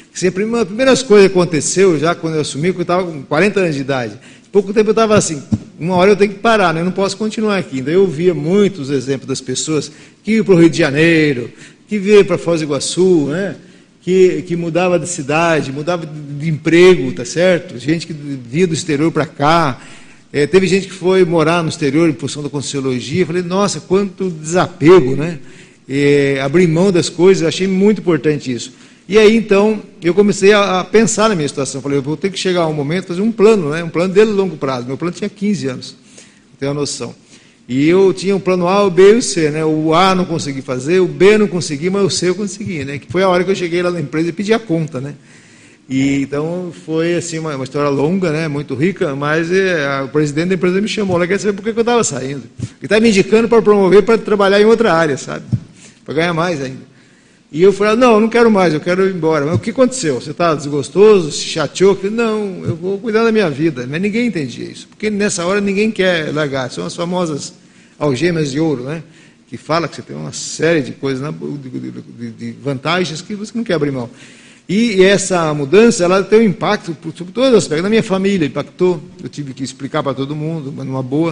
Sempre uma das primeiras coisas que aconteceu, já quando eu assumi, que eu estava com 40 anos de idade. Pouco tempo eu estava assim, uma hora eu tenho que parar, né? Eu não posso continuar aqui. Então eu via muitos exemplos das pessoas que iam para o Rio de Janeiro, que veio para Foz do Iguaçu, né? Que mudava de cidade, mudava de emprego, tá certo? Gente que vinha do exterior para cá. Teve gente que foi morar no exterior em função da Conscienciologia. Falei, nossa, quanto desapego, né? Abrir mão das coisas, achei muito importante isso. E aí, então, eu comecei a pensar na minha situação. Falei, eu vou ter que chegar a um momento, fazer um plano, né? Um plano de longo prazo. Meu plano tinha 15 anos, tenho uma noção. E eu tinha o plano A, o B e o C, né? O A não consegui fazer, o B não consegui, mas o C eu consegui, né? Que foi a hora que eu cheguei lá na empresa e pedi a conta, né? E então foi assim uma história longa, né? Muito rica, mas o presidente da empresa me chamou, quer saber por que eu estava saindo. Ele estava me indicando para promover para trabalhar em outra área, sabe? Para ganhar mais ainda. E eu falei, não, eu não quero mais, eu quero ir embora. Mas o que aconteceu? Você está desgostoso? Se chateou? Eu falei, não, eu vou cuidar da minha vida. Mas ninguém entendia isso, porque nessa hora ninguém quer largar. São as famosas algemas de ouro, né? Que fala que você tem uma série de coisas, de vantagens que você não quer abrir mão. E essa mudança, ela tem um impacto sobre todos os aspectos. Na minha família impactou, eu tive que explicar para todo mundo, mas numa boa.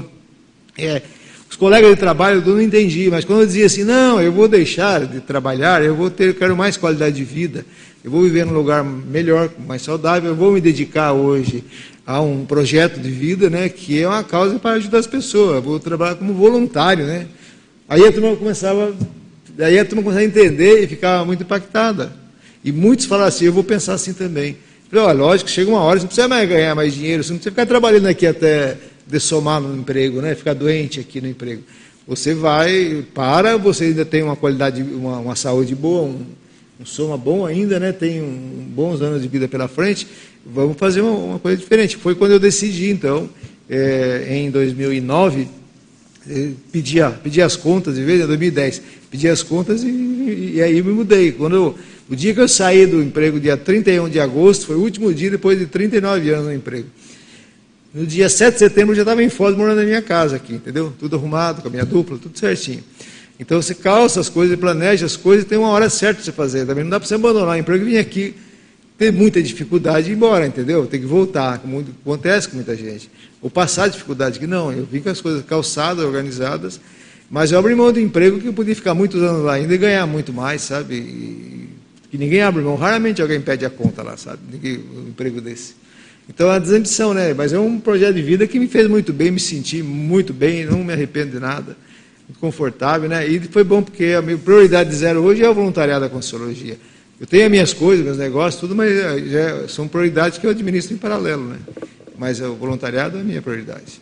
Os colegas de trabalho eu não entendi, mas quando eu dizia assim, não, eu vou deixar de trabalhar, eu quero mais qualidade de vida, eu vou viver num lugar melhor, mais saudável, eu vou me dedicar hoje a um projeto de vida, né, que é uma causa para ajudar as pessoas, eu vou trabalhar como voluntário, né. Aí a turma começava a entender e ficava muito impactada. E muitos falaram assim, eu vou pensar assim também. Eu falei, lógico, chega uma hora, você não precisa mais ganhar mais dinheiro, você não precisa ficar trabalhando aqui até dessomar no emprego, né? Ficar doente aqui no emprego. Você você ainda tem uma qualidade, uma saúde boa, um soma bom ainda, né? Tem bons anos de vida pela frente, vamos fazer uma coisa diferente. Foi quando eu decidi, então, em 2009, pedi as contas, em 2010, pedi as contas e aí me mudei. O dia que eu saí do emprego, dia 31 de agosto, foi o último dia depois de 39 anos no emprego. No dia 7 de setembro eu já estava em Foz, morando na minha casa aqui, entendeu? Tudo arrumado, com a minha dupla, tudo certinho. Então você calça as coisas, planeja as coisas, tem uma hora certa de você fazer. Também não dá para você abandonar o emprego e vir aqui ter muita dificuldade e ir embora, entendeu? Tem que voltar, como acontece com muita gente. Ou passar dificuldade, que não, eu vim com as coisas calçadas, organizadas, mas eu abri mão do emprego que eu podia ficar muitos anos lá ainda e ganhar muito mais, sabe? Que ninguém abre mão, raramente alguém pede a conta lá, sabe? Um emprego desse. Então, é uma desambição, né? Mas é um projeto de vida que me fez muito bem, me senti muito bem, não me arrependo de nada, muito confortável, né? E foi bom porque a minha prioridade de zero hoje é o voluntariado da Conscienciologia. Eu tenho as minhas coisas, meus negócios, tudo, mas são prioridades que eu administro em paralelo, né? Mas o voluntariado é a minha prioridade.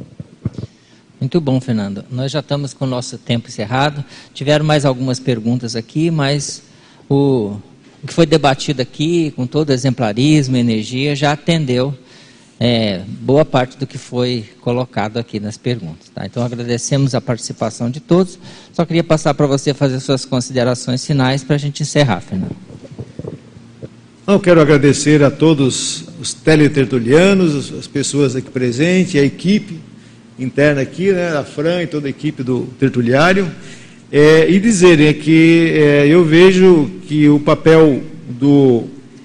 Muito bom, Fernando. Nós já estamos com o nosso tempo encerrado. Tiveram mais algumas perguntas aqui, mas o que foi debatido aqui, com todo exemplarismo e energia, já atendeu boa parte do que foi colocado aqui nas perguntas. Tá? Então, agradecemos a participação de todos. Só queria passar para você fazer suas considerações finais para a gente encerrar, Fernando. Eu quero agradecer a todos os teletertulianos, as pessoas aqui presentes, a equipe interna aqui, né, a Fran e toda a equipe do tertuliário. E dizerem que eu vejo que o papel do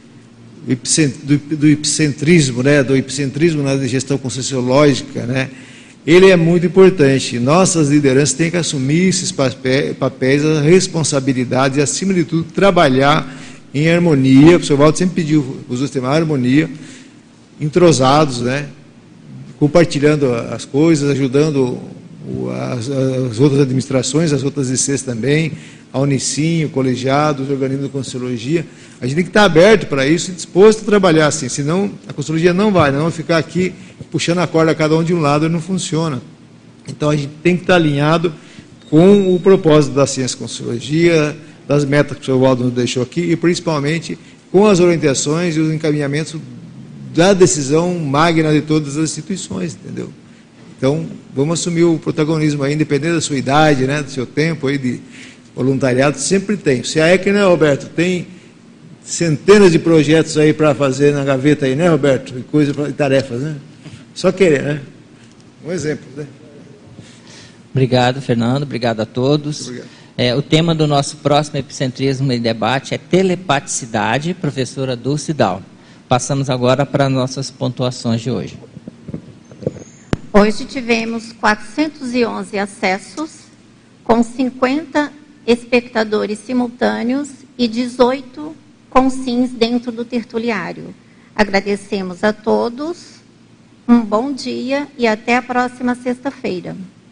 epicentrismo, né, na gestão conscienciológica, né, ele é muito importante. Nossas lideranças têm que assumir esses papéis, a responsabilidade e, acima de tudo, trabalhar em harmonia. O professor Waldo sempre pediu os dois temas, harmonia, entrosados, né, compartilhando as coisas, ajudando as outras administrações, as outras ICs também, a Unicim, o colegiado, os organismos de Conscienciologia. A gente tem que estar aberto para isso e disposto a trabalhar assim, senão a Conscienciologia não vai ficar aqui puxando a corda a cada um de um lado e não funciona. Então a gente tem que estar alinhado com o propósito da ciência Conscienciologia, das metas que o professor Waldo nos deixou aqui e principalmente com as orientações e os encaminhamentos da decisão magna de todas as instituições, entendeu? Então, vamos assumir o protagonismo aí, independente da sua idade, né, do seu tempo aí de voluntariado, sempre tem. Se a ECA, né, Roberto, tem centenas de projetos aí para fazer na gaveta aí, né, Roberto? E tarefas, né? Só querer, né? Um exemplo, né? Obrigado, Fernando. Obrigado a todos. Obrigado. O tema do nosso próximo Epicentrismo e Debate é telepaticidade, professora Dulce Dal. Passamos agora para nossas pontuações de hoje. Hoje tivemos 411 acessos, com 50 espectadores simultâneos e 18 com sims dentro do tertuliário. Agradecemos a todos, um bom dia e até a próxima sexta-feira.